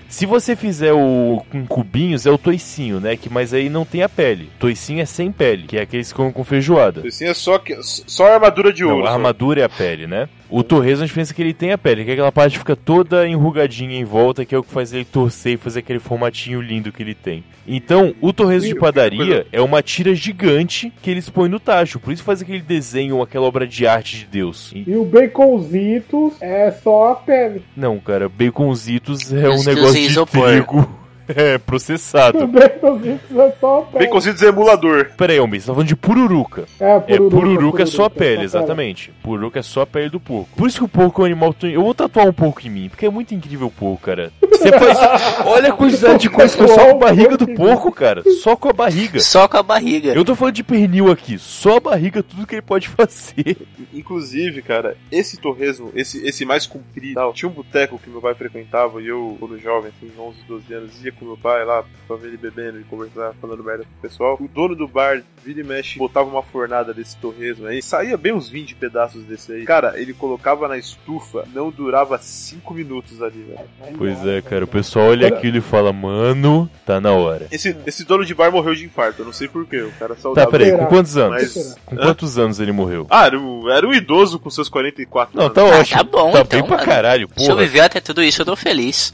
Se você fizer o com cubinhos, é o toicinho, né? Que, mas aí não tem a pele. Toicinho é sem pele, que é aqueles que comem com feijoada. Toicinho é só, que, só a armadura de ouro. Não, a só. armadura é a pele, né? O torresmo, a diferença é que ele tem a pele, que aquela parte fica toda enrugadinha em volta, que é o que faz ele torcer e fazer aquele formatinho lindo que ele tem. Então, o torresmo de padaria é uma tira gigante que eles põem no tacho, por isso faz aquele desenho, aquela obra de arte de Deus. E o baconzitos é só a pele. Não, cara, baconzitos é um Isso que negócio usei de isopor. trigo é, processado. O baconzitos é só a pele. Baconzitos é emulador. Pera aí, homem, você tá falando de pururuca. É, pururuca, É, pururuca, pururuca é só a pele, só a exatamente. Pururuca é só a pele do porco. Por isso que o porco é um animal tão... Eu vou tatuar um porco em mim, porque é muito incrível o porco, cara. Você faz... Olha a quantidade de coisa que eu só com a barriga do porco, cara. Só com a barriga. Só com a barriga. Eu tô falando de pernil aqui. Só a barriga, tudo que ele pode fazer. Inclusive, cara, esse torresmo, esse, esse mais comprido, tal, tinha um boteco que meu pai frequentava e eu, quando jovem, com onze, doze anos, ia com meu pai lá pra ver ele bebendo e conversar, falando merda com o pessoal. O dono do bar, vira e mexe, botava uma fornada desse torresmo aí, saía bem uns vinte pedaços desse aí. Cara, ele colocava na estufa, não durava cinco minutos ali, velho. Pois é, cara, o pessoal olha aquilo e fala, mano, tá na hora. Esse, esse dono de bar morreu de infarto, eu não sei porquê, o cara Tá, saudável. peraí, com quantos anos? Mas- Com quantos anos ele morreu? Ah, era um, era um idoso com seus quarenta e quatro Não, anos. tá Ah, ótimo. tá bom, Tá então, bem pra mano. caralho, Se eu porra. viver até tudo isso, eu tô feliz.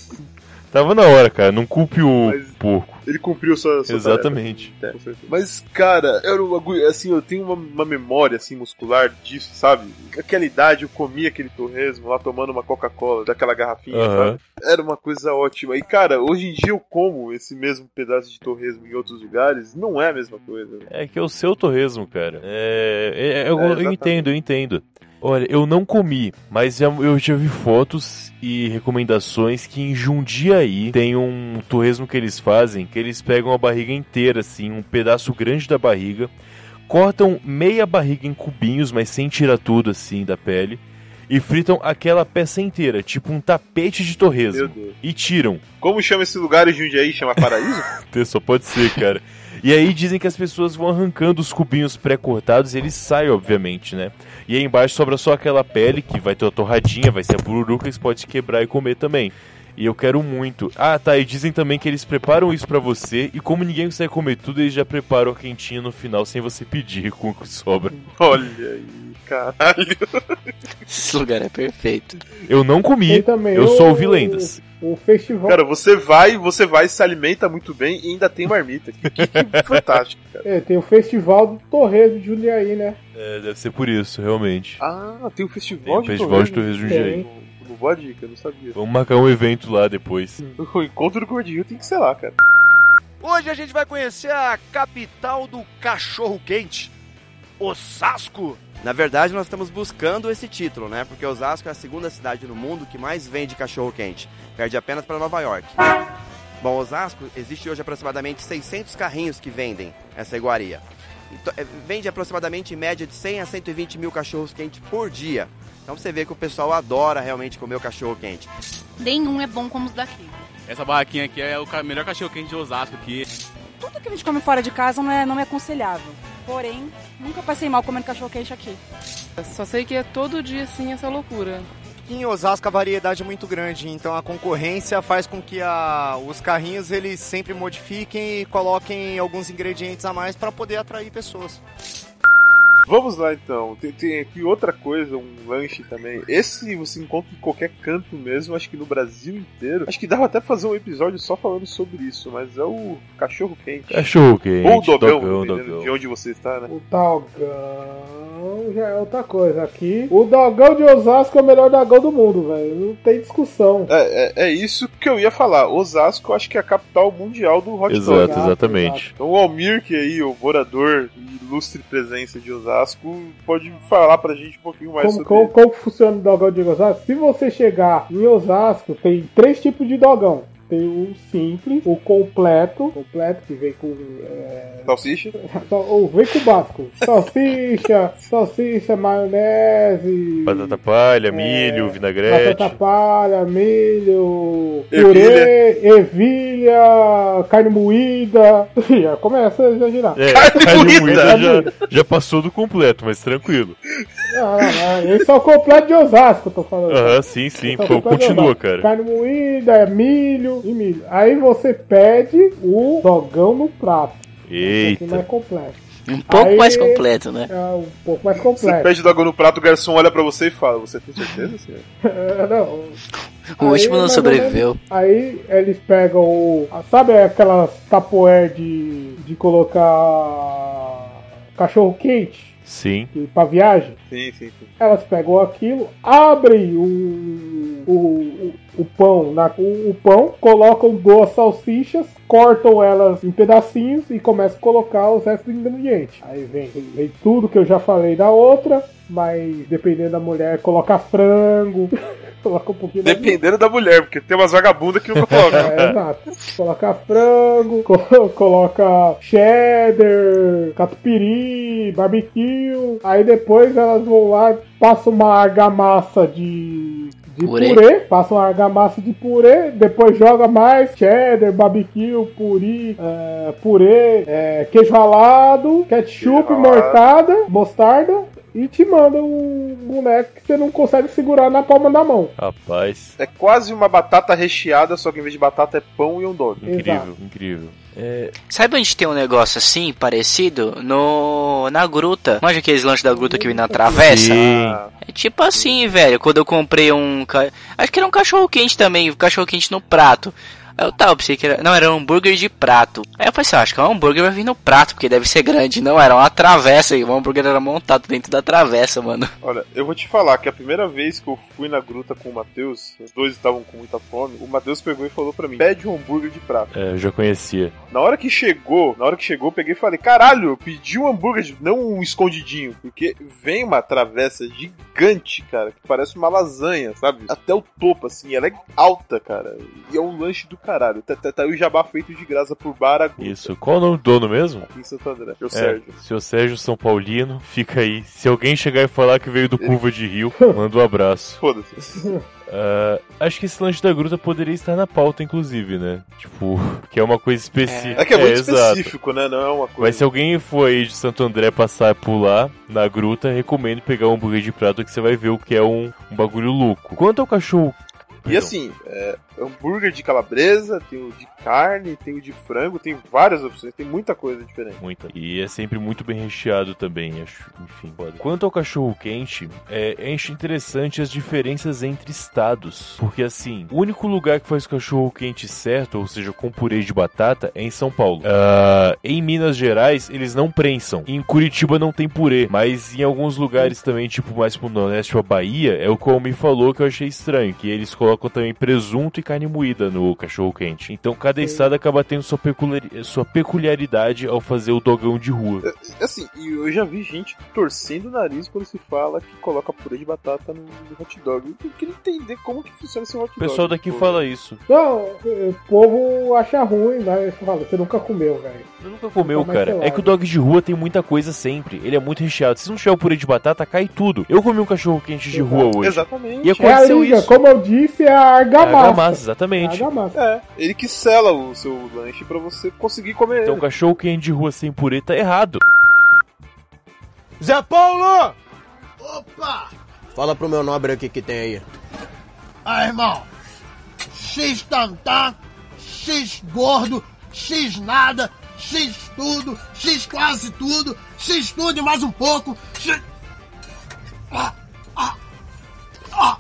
Tava na hora, cara, não culpe o Mas- porco. Ele cumpriu sua, sua Exatamente. tarefa. É, com certeza. Mas, cara, era um bagulho, assim, eu tenho uma, uma memória, assim, muscular disso, sabe? Aquela idade, eu comia aquele torresmo lá tomando uma Coca-Cola, daquela garrafinha, Aham. sabe? Era uma coisa ótima. E, cara, hoje em dia eu como esse mesmo pedaço de torresmo em outros lugares, não é a mesma coisa. É que é o seu torresmo, cara. É, é- eu, É, eu exatamente. entendo, eu entendo. Olha, eu não comi, mas já- eu já vi fotos e recomendações que em Jundiaí tem um torresmo que eles fazem, que eles pegam a barriga inteira, assim, um pedaço grande da barriga, cortam meia barriga em cubinhos, mas sem tirar tudo, assim, da pele, e fritam aquela peça inteira, tipo um tapete de Meu torresmo, Deus. e tiram. Como chama esse lugar em Jundiaí? Chama Paraíso? Só pode ser, cara. E aí dizem que as pessoas vão arrancando os cubinhos pré-cortados e eles saem, obviamente, né? E aí embaixo sobra só aquela pele, que vai ter a torradinha, vai ser a pururuca, eles podem quebrar e comer também. E eu quero muito. Ah, tá, e dizem também que eles preparam isso pra você, e como ninguém consegue comer tudo, eles já preparam a quentinha no final, sem você pedir com o que sobra. Olha aí, caralho. Esse lugar é perfeito. Eu não comi, Tem também eu o- só ouvi lendas. O festival. Cara, você vai, você vai, se alimenta muito bem e ainda tem marmita. Que, que, que fantástico, cara. É, tem o festival do Torresmo de Jundiaí, né? É, deve ser por isso, realmente. Ah, tem o Tem festival o de Festival de torresmo. Torresmo Jundiaí. Tem. Não boa dica, eu não sabia. Vamos marcar um evento lá depois. O encontro do Gordinho tem que ser lá, cara. Hoje a gente vai conhecer a capital do cachorro-quente, Osasco. Na verdade, nós estamos buscando esse título, né? Porque Osasco é a segunda cidade no mundo que mais vende cachorro-quente. Perde apenas para Nova York. Bom, Osasco existe hoje aproximadamente seiscentos carrinhos que vendem essa iguaria. Então, é, vende aproximadamente em média de cem a cento e vinte mil cachorros-quentes por dia. Então você vê que o pessoal adora realmente comer o cachorro-quente. Nenhum é bom como os daqui. Essa barraquinha aqui é o ca- melhor cachorro-quente de Osasco aqui. Tudo que a gente come fora de casa não é, não é aconselhável. Porém, nunca passei mal comendo cachorro-quente aqui. Só sei que é todo dia assim essa loucura. Em Osasco a variedade é muito grande, então a concorrência faz com que a, os carrinhos eles sempre modifiquem e coloquem alguns ingredientes a mais para poder atrair pessoas. Vamos lá então, tem, tem aqui outra coisa, um lanche também. Esse você encontra em qualquer canto mesmo, acho que no Brasil inteiro. Acho que dava até pra fazer um episódio só falando sobre isso, mas é o cachorro quente. Cachorro quente, Ou dogão, dogão, dependendo dogão. de onde você está, né? O dogão já é outra coisa. Aqui, o dogão de Osasco é o melhor dogão do mundo, velho. Não tem discussão. É, é, é isso que eu ia falar. Osasco, eu acho que é a capital mundial do hot Exato, dog. exatamente. Então o Almir, que é aí o morador e ilustre presença de Osasco, pode falar pra gente um pouquinho mais Como, sobre como, isso. como funciona o dogão de Osasco? Se você chegar em Osasco, tem três tipos de dogão. tem o simples, o completo, completo que vem com... É... Salsicha? Ou vem com o básico. Salsicha, salsicha, maionese... Batata palha, é, milho, vinagrete... Batata palha, milho... Purê, ervilha, carne moída... Já começa a girar. É, carne, carne moída já, já passou do completo, mas tranquilo. Não, não, não. Esse é o completo de Osasco, eu tô falando. Aham, uhum, sim, sim. É Pô, continua, cara. Carne moída, milho e milho. Aí você pede o dogão no prato. Eita. Um pouco mais completo. Um pouco Aí, mais completo, né? É, um pouco mais completo. Você pede o dogão no prato, o garçom olha pra você e fala, você tem certeza, senhor? Não. O aí, último não sobreviveu. Aí eles pegam o... Sabe aquelas tapoer de, de colocar cachorro quente? Sim. Pra viagem? Sim, sim, sim. Elas pegam aquilo, abrem o, o, o, o pão, na, o, o pão, colocam duas salsichas, cortam elas em pedacinhos e começam a colocar os restos dos ingredientes. Aí vem, vem tudo que eu já falei da outra, mas dependendo da mulher, coloca frango. Coloca um pouquinho Dependendo da mulher, porque tem umas vagabundas que não colocam. É, exato. Coloca frango, co- coloca cheddar, catupiry, barbecue. Aí depois elas vão lá, passam uma argamassa de... de purê. purê, passa uma argamassa de purê, depois joga mais cheddar, barbecue, puri, é, purê, é, queijo ralado, ketchup, mortada, mostarda. E te manda um boneco que você não consegue segurar na palma da mão. Rapaz. É quase uma batata recheada, só que em vez de batata é pão e um dog. Incrível, Exato. incrível. É... Sabe onde tem um negócio assim, parecido? No... Na gruta. Manja aqueles lanches da gruta que vem na travessa? Sim. É tipo assim, velho. Quando eu comprei um... Acho que era um cachorro quente também. Um cachorro quente no prato. Aí eu tava, pensei que era... Não, era um hambúrguer de prato. Aí eu falei assim, acho que o hambúrguer vai vir no prato, porque deve ser grande. Não, era uma travessa e o hambúrguer era montado dentro da travessa, mano. Olha, eu vou te falar que a primeira vez que eu fui na gruta com o Matheus, os dois estavam com muita fome, o Matheus pegou e falou pra mim, pede um hambúrguer de prato. É, eu já conhecia. Na hora que chegou, na hora que chegou, eu peguei e falei, caralho, eu pedi um hambúrguer, de... não um escondidinho, porque vem uma travessa gigante, cara, que parece uma lasanha, sabe? Até o topo, assim, ela é alta, cara, e é um lanche do caralho. Tá, tá, tá aí o jabá feito de graça por Baraguta. Isso. Qual o nome do dono mesmo? Aqui em Santo André. Seu é, Sérgio. Seu Sérgio São Paulino, fica aí. Se alguém chegar e falar que veio do Curva de Rio, manda um abraço. Foda-se. Uh, acho que esse lanche da gruta poderia estar na pauta, inclusive, né? Tipo, que é uma coisa específica. É que é muito é, específico, exato. Né? Não é uma coisa. Mas se alguém for aí de Santo André passar por lá, na gruta, recomendo pegar um hambúrguer de prato que você vai ver o que é um, um bagulho louco. Quanto ao cachorro... E assim, é, hambúrguer de calabresa, tem o de carne, tem o de frango, tem várias opções, tem muita coisa diferente. Muita. E é sempre muito bem recheado também, acho. Enfim, pode. Quanto ao cachorro quente, é, é interessante as diferenças entre estados. Porque assim, o único lugar que faz cachorro quente certo, ou seja, com purê de batata, é em São Paulo. Uh, em Minas Gerais, eles não prensam. Em Curitiba não tem purê. Mas em alguns lugares também, tipo mais pro Nordeste ou a Bahia, é o que o me falou que eu achei estranho. Que eles colocam também presunto e carne moída no cachorro quente. Então cada estado acaba tendo sua, peculiar... sua peculiaridade ao fazer o dogão de rua. É, assim, e eu já vi gente torcendo o nariz quando se fala que coloca purê de batata no, no hot dog. Eu queria entender como que funciona esse hot dog. O pessoal daqui pô. fala isso. Não, o povo acha ruim, né? Fala, você nunca comeu, velho. Você nunca comeu, cara. É que o dog de rua tem muita coisa sempre. Ele é muito recheado. Se não tiver o purê de batata, cai tudo. Eu comi um cachorro quente de Exato. rua hoje. Exatamente. E aconteceu é a liga, isso. Como eu disse, é a argamassa. É a argamassa, exatamente. É, a argamassa. É, ele que sela o seu lanche pra você conseguir comer Então ele. cachorro quente de rua sem purê tá errado. Zé Paulo! Opa! Fala pro meu nobre aqui que tem aí. Ah, irmão. X tantã, X gordo, X nada, X tudo, X quase tudo, X tudo e mais um pouco, X... Ah, ah, ah.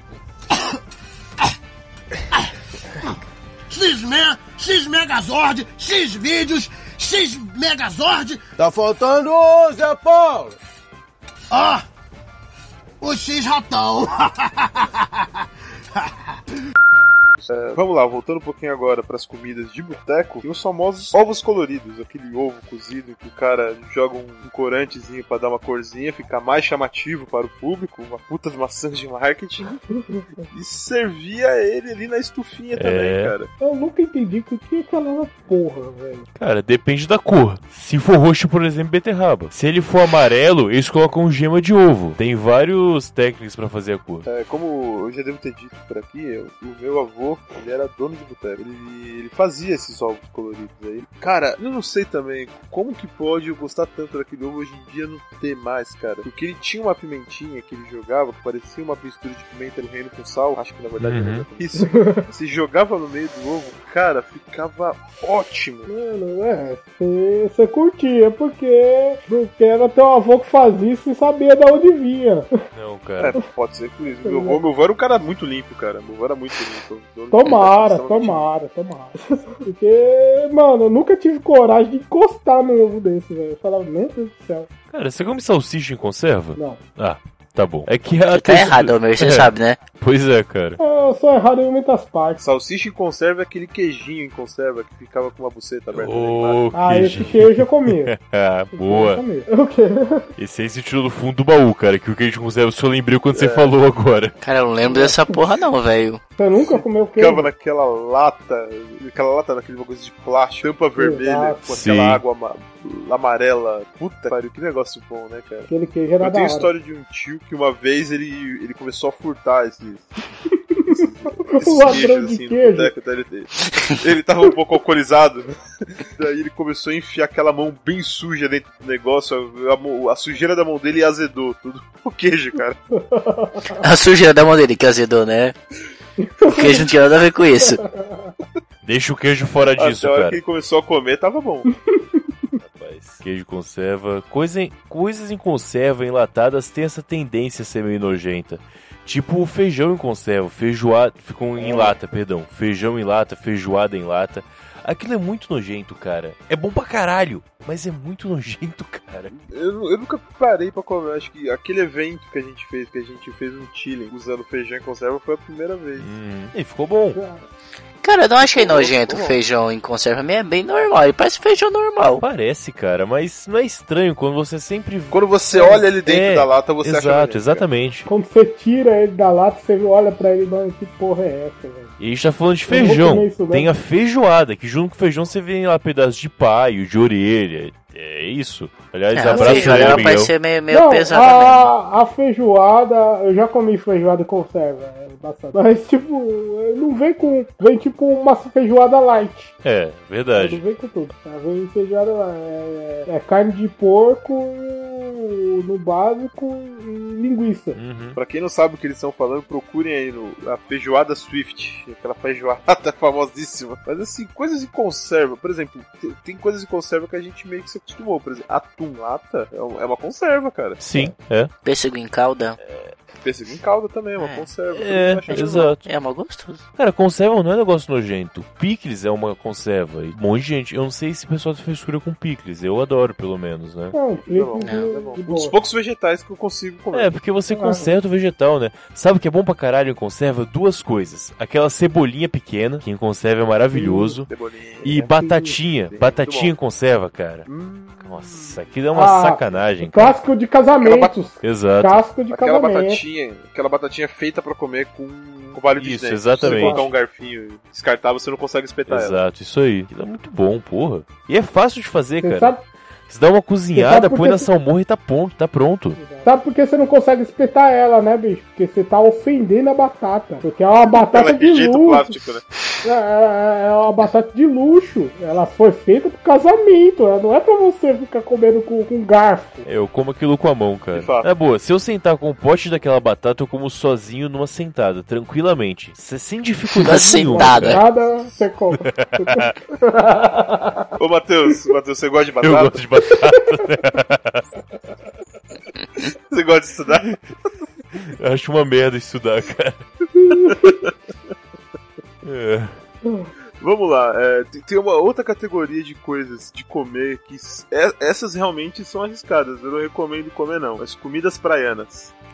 X-Men, X-Megazord, X-Vídeos, X-Megazord... Tá faltando um, Zé Paulo! Ah! O X-Ratão! botecos. É, vamos lá, voltando um pouquinho agora pras comidas de boteco, tem os famosos ovos coloridos, aquele ovo cozido que o cara joga um, um corantezinho pra dar uma corzinha, ficar mais chamativo para o público, uma puta de maçã de marketing, e servia ele ali na estufinha também, cara. Eu nunca entendi o que é aquela porra, velho. Cara, depende da cor. Se for roxo, por exemplo, beterraba. Se ele for amarelo, eles colocam gema de ovo. Tem vários técnicos pra fazer a cor. É, como eu já devo ter dito por aqui, eu, o meu avô, ele era dono de boteco. Ele, ele fazia esses ovos coloridos aí. Cara, eu não sei também como que pode eu gostar tanto daquele ovo hoje em dia não ter mais, cara. Porque ele tinha uma pimentinha que ele jogava, que parecia uma mistura de pimenta do reino com sal. Acho que na verdade Uhum. não era isso. Você jogava no meio do ovo, cara, ficava ótimo. Mano, é, você, você curtia, porque, porque era teu avô que fazia isso e sabia de onde vinha. Não, cara. É, pode ser por isso. Meu avô, meu avô era um cara muito limpo, cara. Meu avô era muito limpo. Tomara, tomara, tomara. Porque, mano, eu nunca tive coragem de encostar num ovo desse, velho. Eu falava, meu Deus do céu. Cara, você come salsicha em conserva? Não. Ah, tá bom. É que a Você tá errado, Homer, você é. sabe, né? Pois é, cara. Eu sou errado em muitas partes. Salsicha em conserva é aquele queijinho em conserva que ficava com uma buceta aberta. Ô, Ah, queijinho. esse queijo eu comia. Ah, boa. O quê? Esse aí se tirou do fundo do baú, cara. Que o queijo de conserva eu só lembrei quando você É. falou agora. Cara, eu não lembro dessa porra não, velho. Você nunca comeu queijo? Ficava naquela lata, aquela lata naquele bagulho de plástico, tampa vermelha, Exato. com Sim. aquela água ama- amarela. Puta que pariu, que negócio bom, né, cara? Aquele queijo era Eu da tenho a hora. história de um tio que uma vez ele, ele começou a furtar esses. Um ladrão de no queijo. boteco, tá? ele, ele tava um pouco alcoolizado, daí ele começou a enfiar aquela mão bem suja dentro do negócio, a, mão- a sujeira da mão dele azedou tudo o queijo, cara. A sujeira da mão dele que azedou, né? O queijo não tinha nada a ver com isso. Deixa o queijo fora disso, Até a hora cara. que ele começou a comer, tava bom. Rapaz, queijo conserva. Coisa em- coisas em conserva enlatadas têm essa tendência a ser meio nojenta. Tipo o feijão em conserva, feijoada. Ficou em lata, perdão. Feijão em lata, feijoada em lata. Aquilo é muito nojento, cara. É bom pra caralho, mas é muito nojento, cara. Eu, eu nunca parei pra comer, acho que aquele evento que a gente fez, que a gente fez um chilling usando feijão em conserva foi a primeira vez. Hum, e ficou bom. Cara, eu não achei nojento o feijão em conserva, é bem normal, ele parece feijão normal. Parece, cara, mas não é estranho quando você sempre... Quando você olha ele dentro É, da lata, você exato, acha nojento, exatamente. Quando você tira ele da lata, você olha pra ele e mano, que porra é essa, velho? E a gente tá falando de Eu não vou feijão. comer isso, não. Tem a feijoada, que junto com o feijão você vê lá pedaços de paio, de orelha. É isso. Aliás, É, a abraço feijoada aí, ela parece Miguel. ser meio, meio Não, pesada mesmo. a, a feijoada, eu já comi feijoada em conserva, é bastante. Mas tipo, não vem com. Vem tipo uma feijoada light. É, Não verdade. vem com tudo. Tá? Vem feijoada lá. É, é carne de porco no básico e linguiça. Uhum. Pra quem não sabe o que eles estão falando, procurem aí no, a feijoada Swift, aquela feijoada famosíssima. Mas assim, coisas em conserva, por exemplo, tem, tem coisas em conserva que a gente meio que se acostumou. Por exemplo, atum lata é, um- é uma conserva, cara. Sim, é. Pêssego em calda. Pêssego em calda também é uma conserva. É, Eu acho que- exato. É mal gostoso. Cara, conserva não é negócio nojento. Picles é uma conserva. E um monte de gente. Eu não sei se o pessoal tem frescura com picles. Eu adoro, pelo menos, né? Não, Não, de, não, é bom. de Um dos boa. poucos vegetais que eu consigo comer. É, porque você conserva o vegetal, né? Sabe o que é bom pra caralho em conserva? Duas coisas. Aquela cebolinha pequena, que em conserva é maravilhoso. Cebolinha. E batatinha. Sim, Batatinha muito em conserva, cara. Hum, Nossa, aquilo é uma Ah, sacanagem, cara. Casco de casamentos. Exato. Casco de aquela casamento. batatinha, aquela batatinha feita pra comer com, com palito de Isso, dente. exatamente. Se você colocar um garfinho e descartar, você não consegue espetar ela. Exato, isso aí. Aquilo é muito bom, porra. E é fácil de fazer, Você cara. sabe, Você dá uma Você cozinhada, sabe por põe que na você- salmorra e tá pronto, tá pronto. sabe por que você não consegue espetar ela, né, bicho? Porque você tá ofendendo a batata. Porque é uma batata Ela de rejeita o luxo. plástico, né? É, é- é uma batata de luxo. Ela foi feita pro casamento. Ela não é pra você ficar comendo com, com garfo. Eu como aquilo com a mão, cara. De fato. É boa, se eu sentar com o pote daquela batata, eu como sozinho numa sentada, tranquilamente. Cê- Sem dificuldade Uma nenhuma. sentada. cara. Nada você come. Ô, Matheus, Matheus, você gosta de Eu batata? gosto de batata. Você gosta de estudar? Eu acho uma merda estudar, cara. É. Vamos lá, é, tem, tem uma outra categoria de coisas de comer que s- é- essas realmente são arriscadas. Eu não recomendo comer, não. As comidas praianas.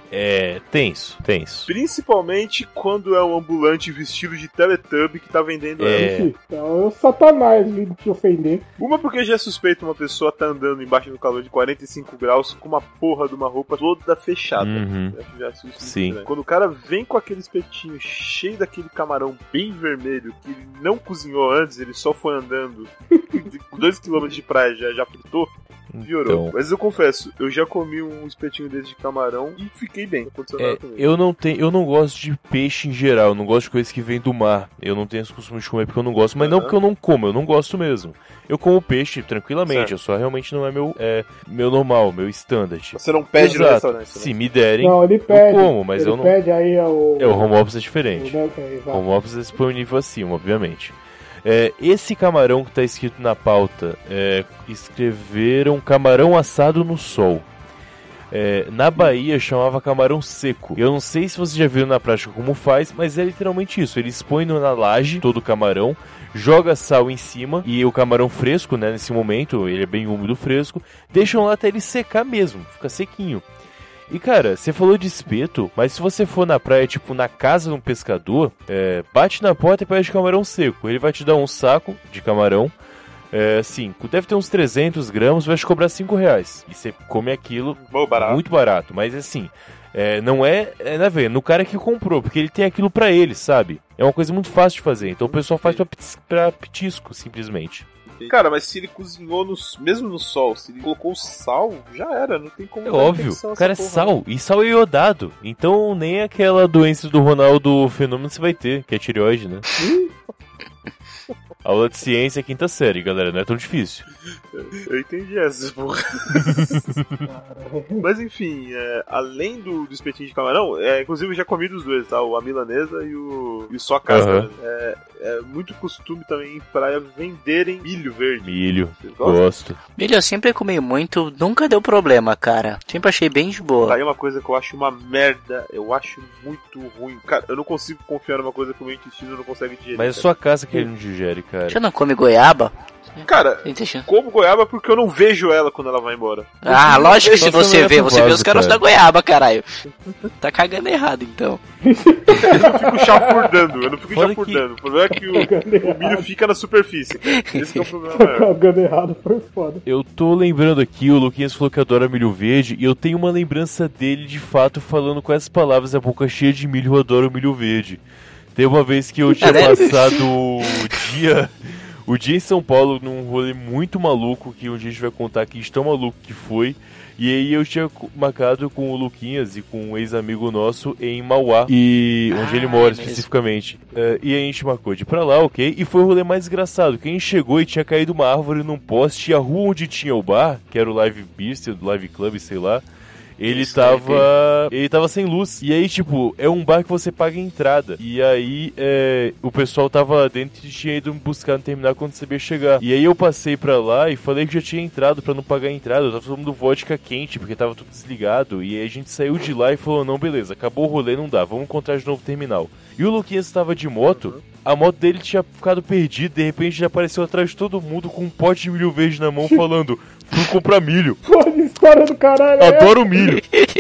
É, tenso, tenso. Principalmente quando é um ambulante vestido de Teletubby que tá vendendo É. ela. Então, é o Satanás vindo te ofender. Uma porque já é suspeito uma pessoa tá andando embaixo do calor de quarenta e cinco graus com uma porra de uma roupa toda fechada. Uhum. Já acho isso Sim. muito, né? Quando o cara vem com aquele espetinho cheio daquele camarão bem vermelho que ele não cozinhou antes, ele só foi andando com dois quilômetros de praia já, já fritou. Piorou. Então. Mas eu confesso, eu já comi um espetinho desse de camarão e fiquei bem. Não aconteceu nada É, comigo. eu não tenho, eu não gosto de peixe em geral, eu não gosto de coisas que vêm do mar. Eu não tenho esse costume de comer porque eu não gosto, mas não Aham. porque eu não como, eu não gosto mesmo. Eu como peixe tranquilamente, Certo. eu só realmente não é meu, é, meu normal, meu standard. Você não pede no Exato. restaurante, né? Se me derem, Não, ele pede. eu como, mas ele eu não. pede aí é o... É, o home office é diferente. o- é, exato. Home office põe um nível acima, obviamente. É, esse camarão que tá escrito na pauta, é, escreveram camarão assado no sol. É, na Bahia chamava camarão seco. Eu não sei se você já viu na prática como faz, mas é literalmente isso. Eles põem na laje todo o camarão, joga sal em cima e o camarão fresco, né, nesse momento, ele é bem úmido, fresco, deixam lá até ele secar mesmo, fica sequinho. E cara, você falou de espeto, mas se você for na praia, tipo na casa de um pescador, é, bate na porta e pede camarão seco. Ele vai te dar um saco de camarão, é, assim, deve ter uns trezentos gramas, vai te cobrar cinco reais. E você come aquilo Bom, barato. muito barato, mas assim, é, não é, é na veia, no cara que comprou, porque ele tem aquilo pra ele, sabe? É uma coisa muito fácil de fazer, então o pessoal faz pra, pis- pra petisco, simplesmente. Cara, mas se ele cozinhou no, mesmo no sol, se ele colocou sal, já era, não tem como. É dar óbvio, infecção o cara é essa porra. sal, e sal é iodado, então nem aquela doença do Ronaldo Fenômeno você vai ter, que é tireoide, né? Aula de ciência, quinta série, galera, não é tão difícil. Eu entendi essa, porra. Mas enfim, é, além do, do espetinho de camarão, é, inclusive eu já comi dos dois, tá? O- A milanesa e o, e o só a casca. Aham. Né? É, é muito costume também em praia venderem milho verde. Milho, Vocês gostam? gosto. Milho eu sempre comi muito, nunca deu problema, cara. Sempre achei bem de Tá boa. aí uma coisa que eu acho uma merda, eu acho muito ruim. Cara, eu não consigo confiar numa coisa que o meu intestino não consegue digerir. Mas é cara. sua casa que ele não digere, cara. Você não come goiaba? Cara, Intestino. como goiaba porque eu não vejo ela quando ela vai embora. Ah, lógico que se Só você não é vê, você vê vaso, os caroços cara. da goiaba, caralho. Tá cagando errado, então. Eu não fico chafurdando, eu não fico Fora chafurdando. O problema é que o, o milho fica na superfície. Esse que é o problema maior. Cagando errado, foi foda. Eu tô lembrando aqui, o Luquinhas falou que adora milho verde, e eu tenho uma lembrança dele, de fato, falando com essas palavras, a boca cheia de milho, eu adoro milho verde. Tem uma vez que eu tinha passado o dia... O dia em São Paulo, num rolê muito maluco, que um dia a gente vai contar aqui de tão maluco que foi. E aí eu tinha marcado com o Luquinhas e com um ex-amigo nosso em Mauá, e onde Ah, ele mora é mesmo. especificamente. É, e aí a gente marcou de ir pra lá, ok? E foi o rolê mais engraçado, que a gente chegou e tinha caído uma árvore num poste, e a rua onde tinha o bar, que era o Live Beast, o Live Club, sei lá, ele Isso, tava. Ele tava sem luz. E aí, tipo, é um bar que você paga entrada. E aí, é, o pessoal tava lá dentro e tinha ido me buscar no terminal quando sabia chegar. E aí eu passei pra lá e falei que já tinha entrado pra não pagar a entrada. Eu tava tomando vodka quente, porque tava tudo desligado. E aí a gente saiu de lá e falou: não, beleza, acabou o rolê, não dá, vamos encontrar de novo o terminal. E o Luquinhas estava de moto. A moto dele tinha ficado perdida, de repente ele apareceu atrás de todo mundo com um pote de milho verde na mão, falando: fui comprar milho. Pô, que história do caralho. é Adoro milho.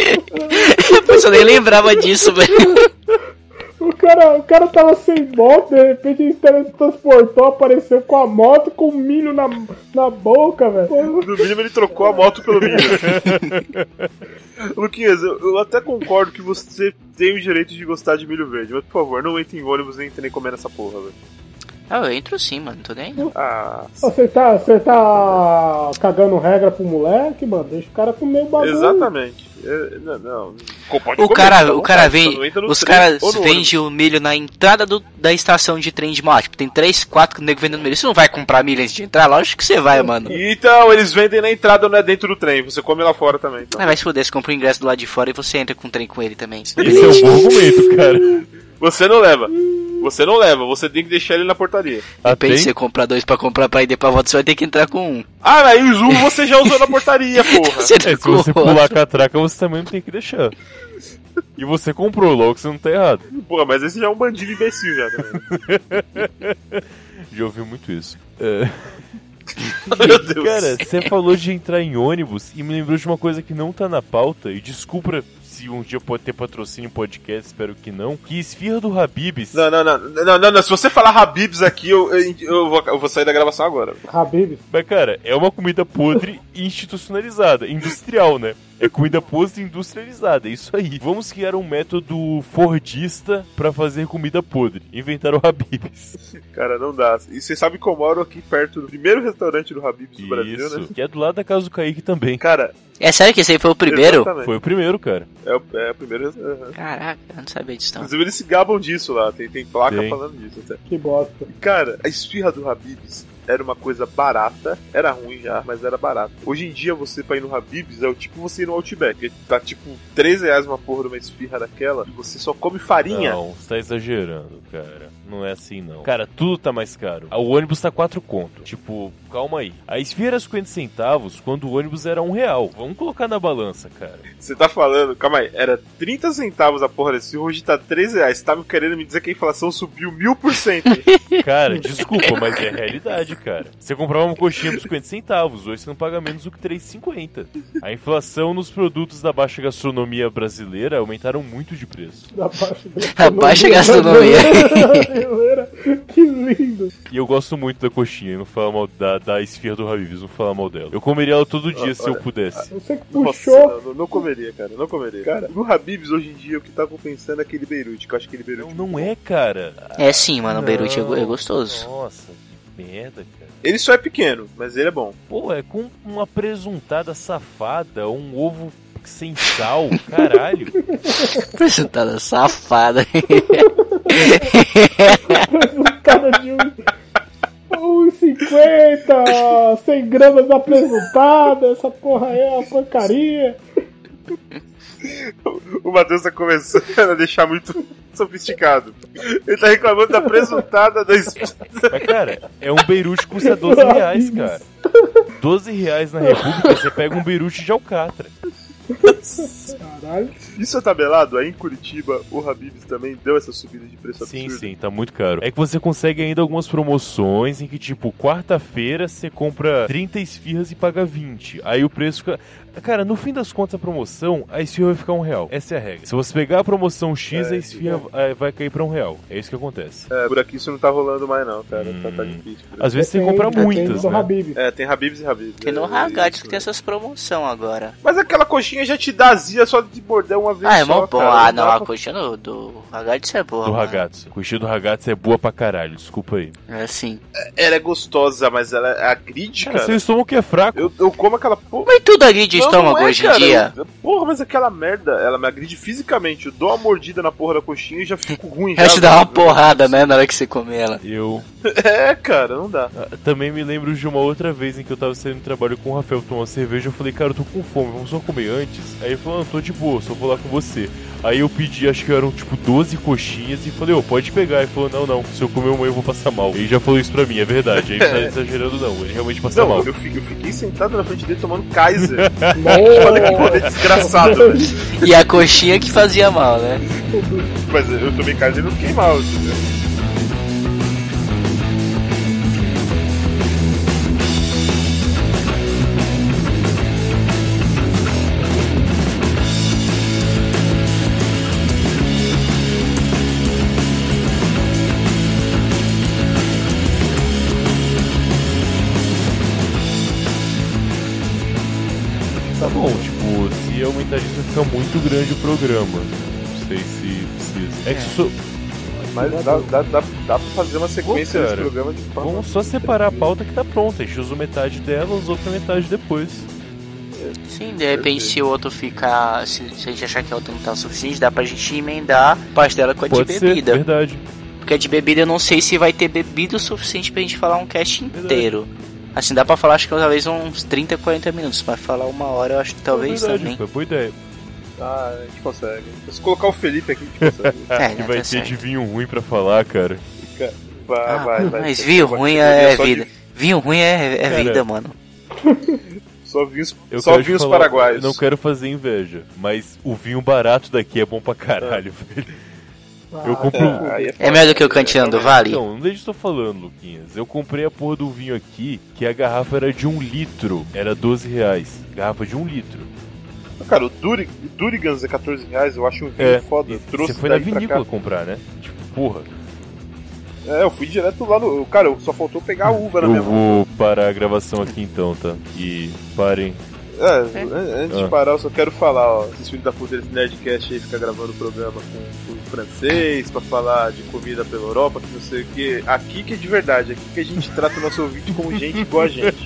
Eu nem lembrava disso, velho. O cara, o cara tava sem moto, de repente ele teletransportou, apareceu com a moto com milho na, na boca, velho. No mínimo ele trocou a moto pelo milho. Luquinhas, eu, eu até concordo que você tem o direito de gostar de milho verde, mas por favor, não entre em ônibus nem entre nem comendo essa porra, velho. Ah, eu entro sim, mano, tô nem aí, não. Ah, Você tá, você tá cagando regra pro moleque, mano? Deixa o cara comer o bagulho. exatamente. É, não, não. Pode O comer, cara, tá o bom, cara só vem, não entra no os trem caras ou no vendem o milho na entrada do, da estação de trem de Mauá. Tipo, tem três, quatro nego vendendo milho. Você não vai comprar milho antes de entrar? Lógico que você vai, mano. Então, eles vendem na entrada, não é dentro do trem. Você come lá fora também. Então. Ah, vai se fuder, você compra o ingresso do lado de fora e você entra com o trem com ele também. Esse é um bom argumento, cara. Você não leva. Você não leva, você tem que deixar ele na portaria. Depende, se você comprar dois pra comprar pra ir depois volta, você vai ter que entrar com um. Ah, mas um você já usou na portaria, porra. Você É, se trocou você outro. pular a catraca, você também não tem que deixar. E você comprou, logo você não tá errado. Porra, mas esse já é um bandido imbecil já também. Já ouvi muito isso. É... Meu Deus. Cara, você falou de entrar em ônibus e me lembrou de uma coisa que não tá na pauta, e desculpa se um dia pode ter patrocínio em podcast, espero que não, que esfirra do Habib's... Não, não, não, não, não, não, se você falar Habib's aqui, eu, eu, eu, vou, eu vou sair da gravação agora. Habib's? Mas, cara, é uma comida podre institucionalizada, industrial, né? É comida podre industrializada, é isso aí. Vamos criar um método fordista pra fazer comida podre. Inventaram o Habib's. Cara, não dá. E você sabe que eu moro aqui perto do primeiro restaurante do Habib's do Isso, Brasil, né? Que é do lado da casa do Kaique também. Cara... É sério que esse aí foi o primeiro? Exatamente. Foi o primeiro, cara. É o, é o primeiro... Uhum. Caraca, eu não sabia disso não. Inclusive eles se gabam disso lá, tem, tem placa Tem. falando disso até. Que bosta. Cara, a esfirra do Habib's era uma coisa barata, era ruim já, mas era barata. Hoje em dia você pra ir no Habib's é o tipo você ir no Outback, que tá tipo três reais uma porra de uma esfirra daquela e você só come farinha. Não, você tá exagerando, cara. Não é assim não. Cara, tudo tá mais caro. O ônibus tá quatro conto. Tipo, calma aí. A esfirra era cinquenta centavos quando o ônibus era um real. Vamos colocar na balança, cara. Você tá falando, calma aí, era trinta centavos a porra desse, hoje tá três reais. Você tá me querendo me dizer que a inflação subiu mil por cento. Cara, desculpa, mas é realidade, cara. Você comprava uma coxinha por cinquenta centavos, hoje você não paga menos do que três reais e cinquenta centavos. A inflação nos produtos da baixa gastronomia brasileira aumentaram muito de preço. Da baixa A baixa gastronomia. Que lindo. E eu gosto muito da coxinha, não fala mal da, da esfirra do Habib's, não fala mal dela. Eu comeria ela todo dia ah, se olha, eu pudesse. Você que puxou. Nossa, não, não comeria, cara, não comeria. Cara, no Habib's hoje em dia o que tá compensando é aquele Beirute, que eu acho que aquele Beirute... Não, não é, cara. É sim, mano, o Beirute é gostoso. Nossa, merda, cara. Ele só é pequeno, mas ele é bom. Pô, é com uma presuntada safada, um ovo sem sal, caralho. Presuntada safada. Presuntada de um... um e cinquenta, cem gramas apresentada, essa porra aí é uma porcaria. O Matheus tá começando a deixar muito sofisticado. Ele tá reclamando da presuntada da esfirra. Mas, cara, é um Beirute que custa doze reais, cara. doze reais na República, você pega um Beirute de alcatra. Caralho. Isso é tabelado? Aí em Curitiba, o Habib's também deu essa subida de preço absurda. Sim, sim, tá muito caro. É que você consegue ainda algumas promoções em que, tipo, quarta-feira você compra trinta esfirras e paga vinte. Aí o preço fica... Cara, no fim das contas, a promoção, a esfirra vai ficar um real. Essa é a regra. Se você pegar a promoção X, é, a esfirra é. vai cair pra um real. É isso que acontece. É, por aqui isso não tá rolando mais não, cara. Hum. Tá, tá difícil. Às vezes você tem que comprar muitas, né? Habib's. É, tem Habib's e Habib's. Tem no Ragazzi que tem essas promoções agora. Mas aquela coxinha já te dá azia só de morder uma vez ah, é só, mó bom. cara. Ah, não, a coxinha do, do Ragazzi é boa. Do mano. Ragazzi. A coxinha do Ragazzi é boa pra caralho, desculpa aí. É sim. Ela é gostosa, mas ela agride, cara. Cara, seu estômago que é fraco. Eu, eu como aquela porra. Mas tudo agride o estômago é, hoje cara. em dia. Eu, porra, mas aquela merda, ela me agride fisicamente. Eu dou uma mordida na porra da coxinha e já fico ruim. Ela te dá uma porrada, né, na hora que você comer ela. Eu... É, cara, não dá. Também me lembro de uma outra vez em que eu tava saindo do trabalho com o Rafael tomando uma cerveja. Eu falei, cara, eu tô com fome, vamos só comer antes? Aí ele falou, não, tô de boa, só vou lá com você. Aí eu pedi, acho que eram tipo doze coxinhas e falei, ô, oh, pode pegar. Ele falou, não, não, se eu comer uma eu vou passar mal. Ele já falou isso pra mim, é verdade. Aí não tá exagerando não, ele realmente passa não, mal. Eu fiquei, eu fiquei sentado na frente dele tomando Kaiser. Olha que poder desgraçado, velho. E a coxinha que fazia mal, né? Mas eu tomei Kaiser e não fiquei mal, entendeu? Tá bom, tipo, se aumentar isso vai ficar muito grande o programa. Não sei se precisa. É que so... Mas dá, dá, dá, dá pra fazer uma sequência Pô, desse programa de forma... Vamos só separar a pauta que tá pronta. A gente usa metade dela, usa outra metade depois. Sim, de repente se o outro ficar... Se, se a gente achar que a outra não tá o suficiente, dá pra gente emendar parte dela com a Pode de ser, bebida. Verdade. Porque a de bebida eu não sei se vai ter bebida o suficiente pra gente falar um cast inteiro. Assim, dá pra falar acho que talvez uns trinta, quarenta minutos. Mas falar uma hora eu acho que talvez é verdade, também. Foi boa ideia. Ah, a gente consegue. Se colocar o Felipe aqui, a gente consegue. É, que né, vai tá ter certo. de vinho ruim pra falar, cara. Vai, Ah, vai, vai. mas vinho ruim é vida. De... Vinho ruim é, é Cara, vida, mano. Só vinhos, eu só vinhos falar, paraguaios. Eu não quero fazer inveja, mas o vinho barato daqui é bom pra caralho, é. velho. Eu compro. Ah, é, é melhor do que o Cantina do Vale? Não, não deixa eu tô falando, Luquinhas. Eu comprei a porra do vinho aqui, que a garrafa era de um litro. Era doze reais. Garrafa de um litro. Cara, o Durig, Durigans é quatorze reais, eu acho um vinho É, foda. Eu trouxe você foi na daí pra vinícola cá. comprar, né? Tipo, porra. É, eu fui direto lá no. Cara, só faltou pegar a uva na minha Eu mão. vou parar a gravação aqui então, tá? E parem. É, an- antes Ah. de parar, eu só quero falar, ó. Esses filhos da puta desse Nerdcast aí fica gravando programa com, com francês pra falar de comida pela Europa, que não sei o que. Aqui que é de verdade, aqui que a gente trata o nosso ouvinte como gente igual a gente.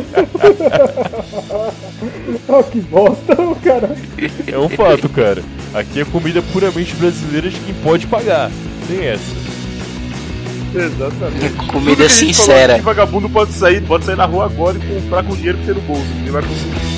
Oh, que bosta, cara. É um fato, cara. Aqui é comida puramente brasileira de quem pode pagar. Tem essa. Exatamente. Comida Tudo que a gente sincera. falou aqui, vagabundo pode sair, pode sair na rua agora e comprar com dinheiro que tem no bolso. Ele vai conseguir.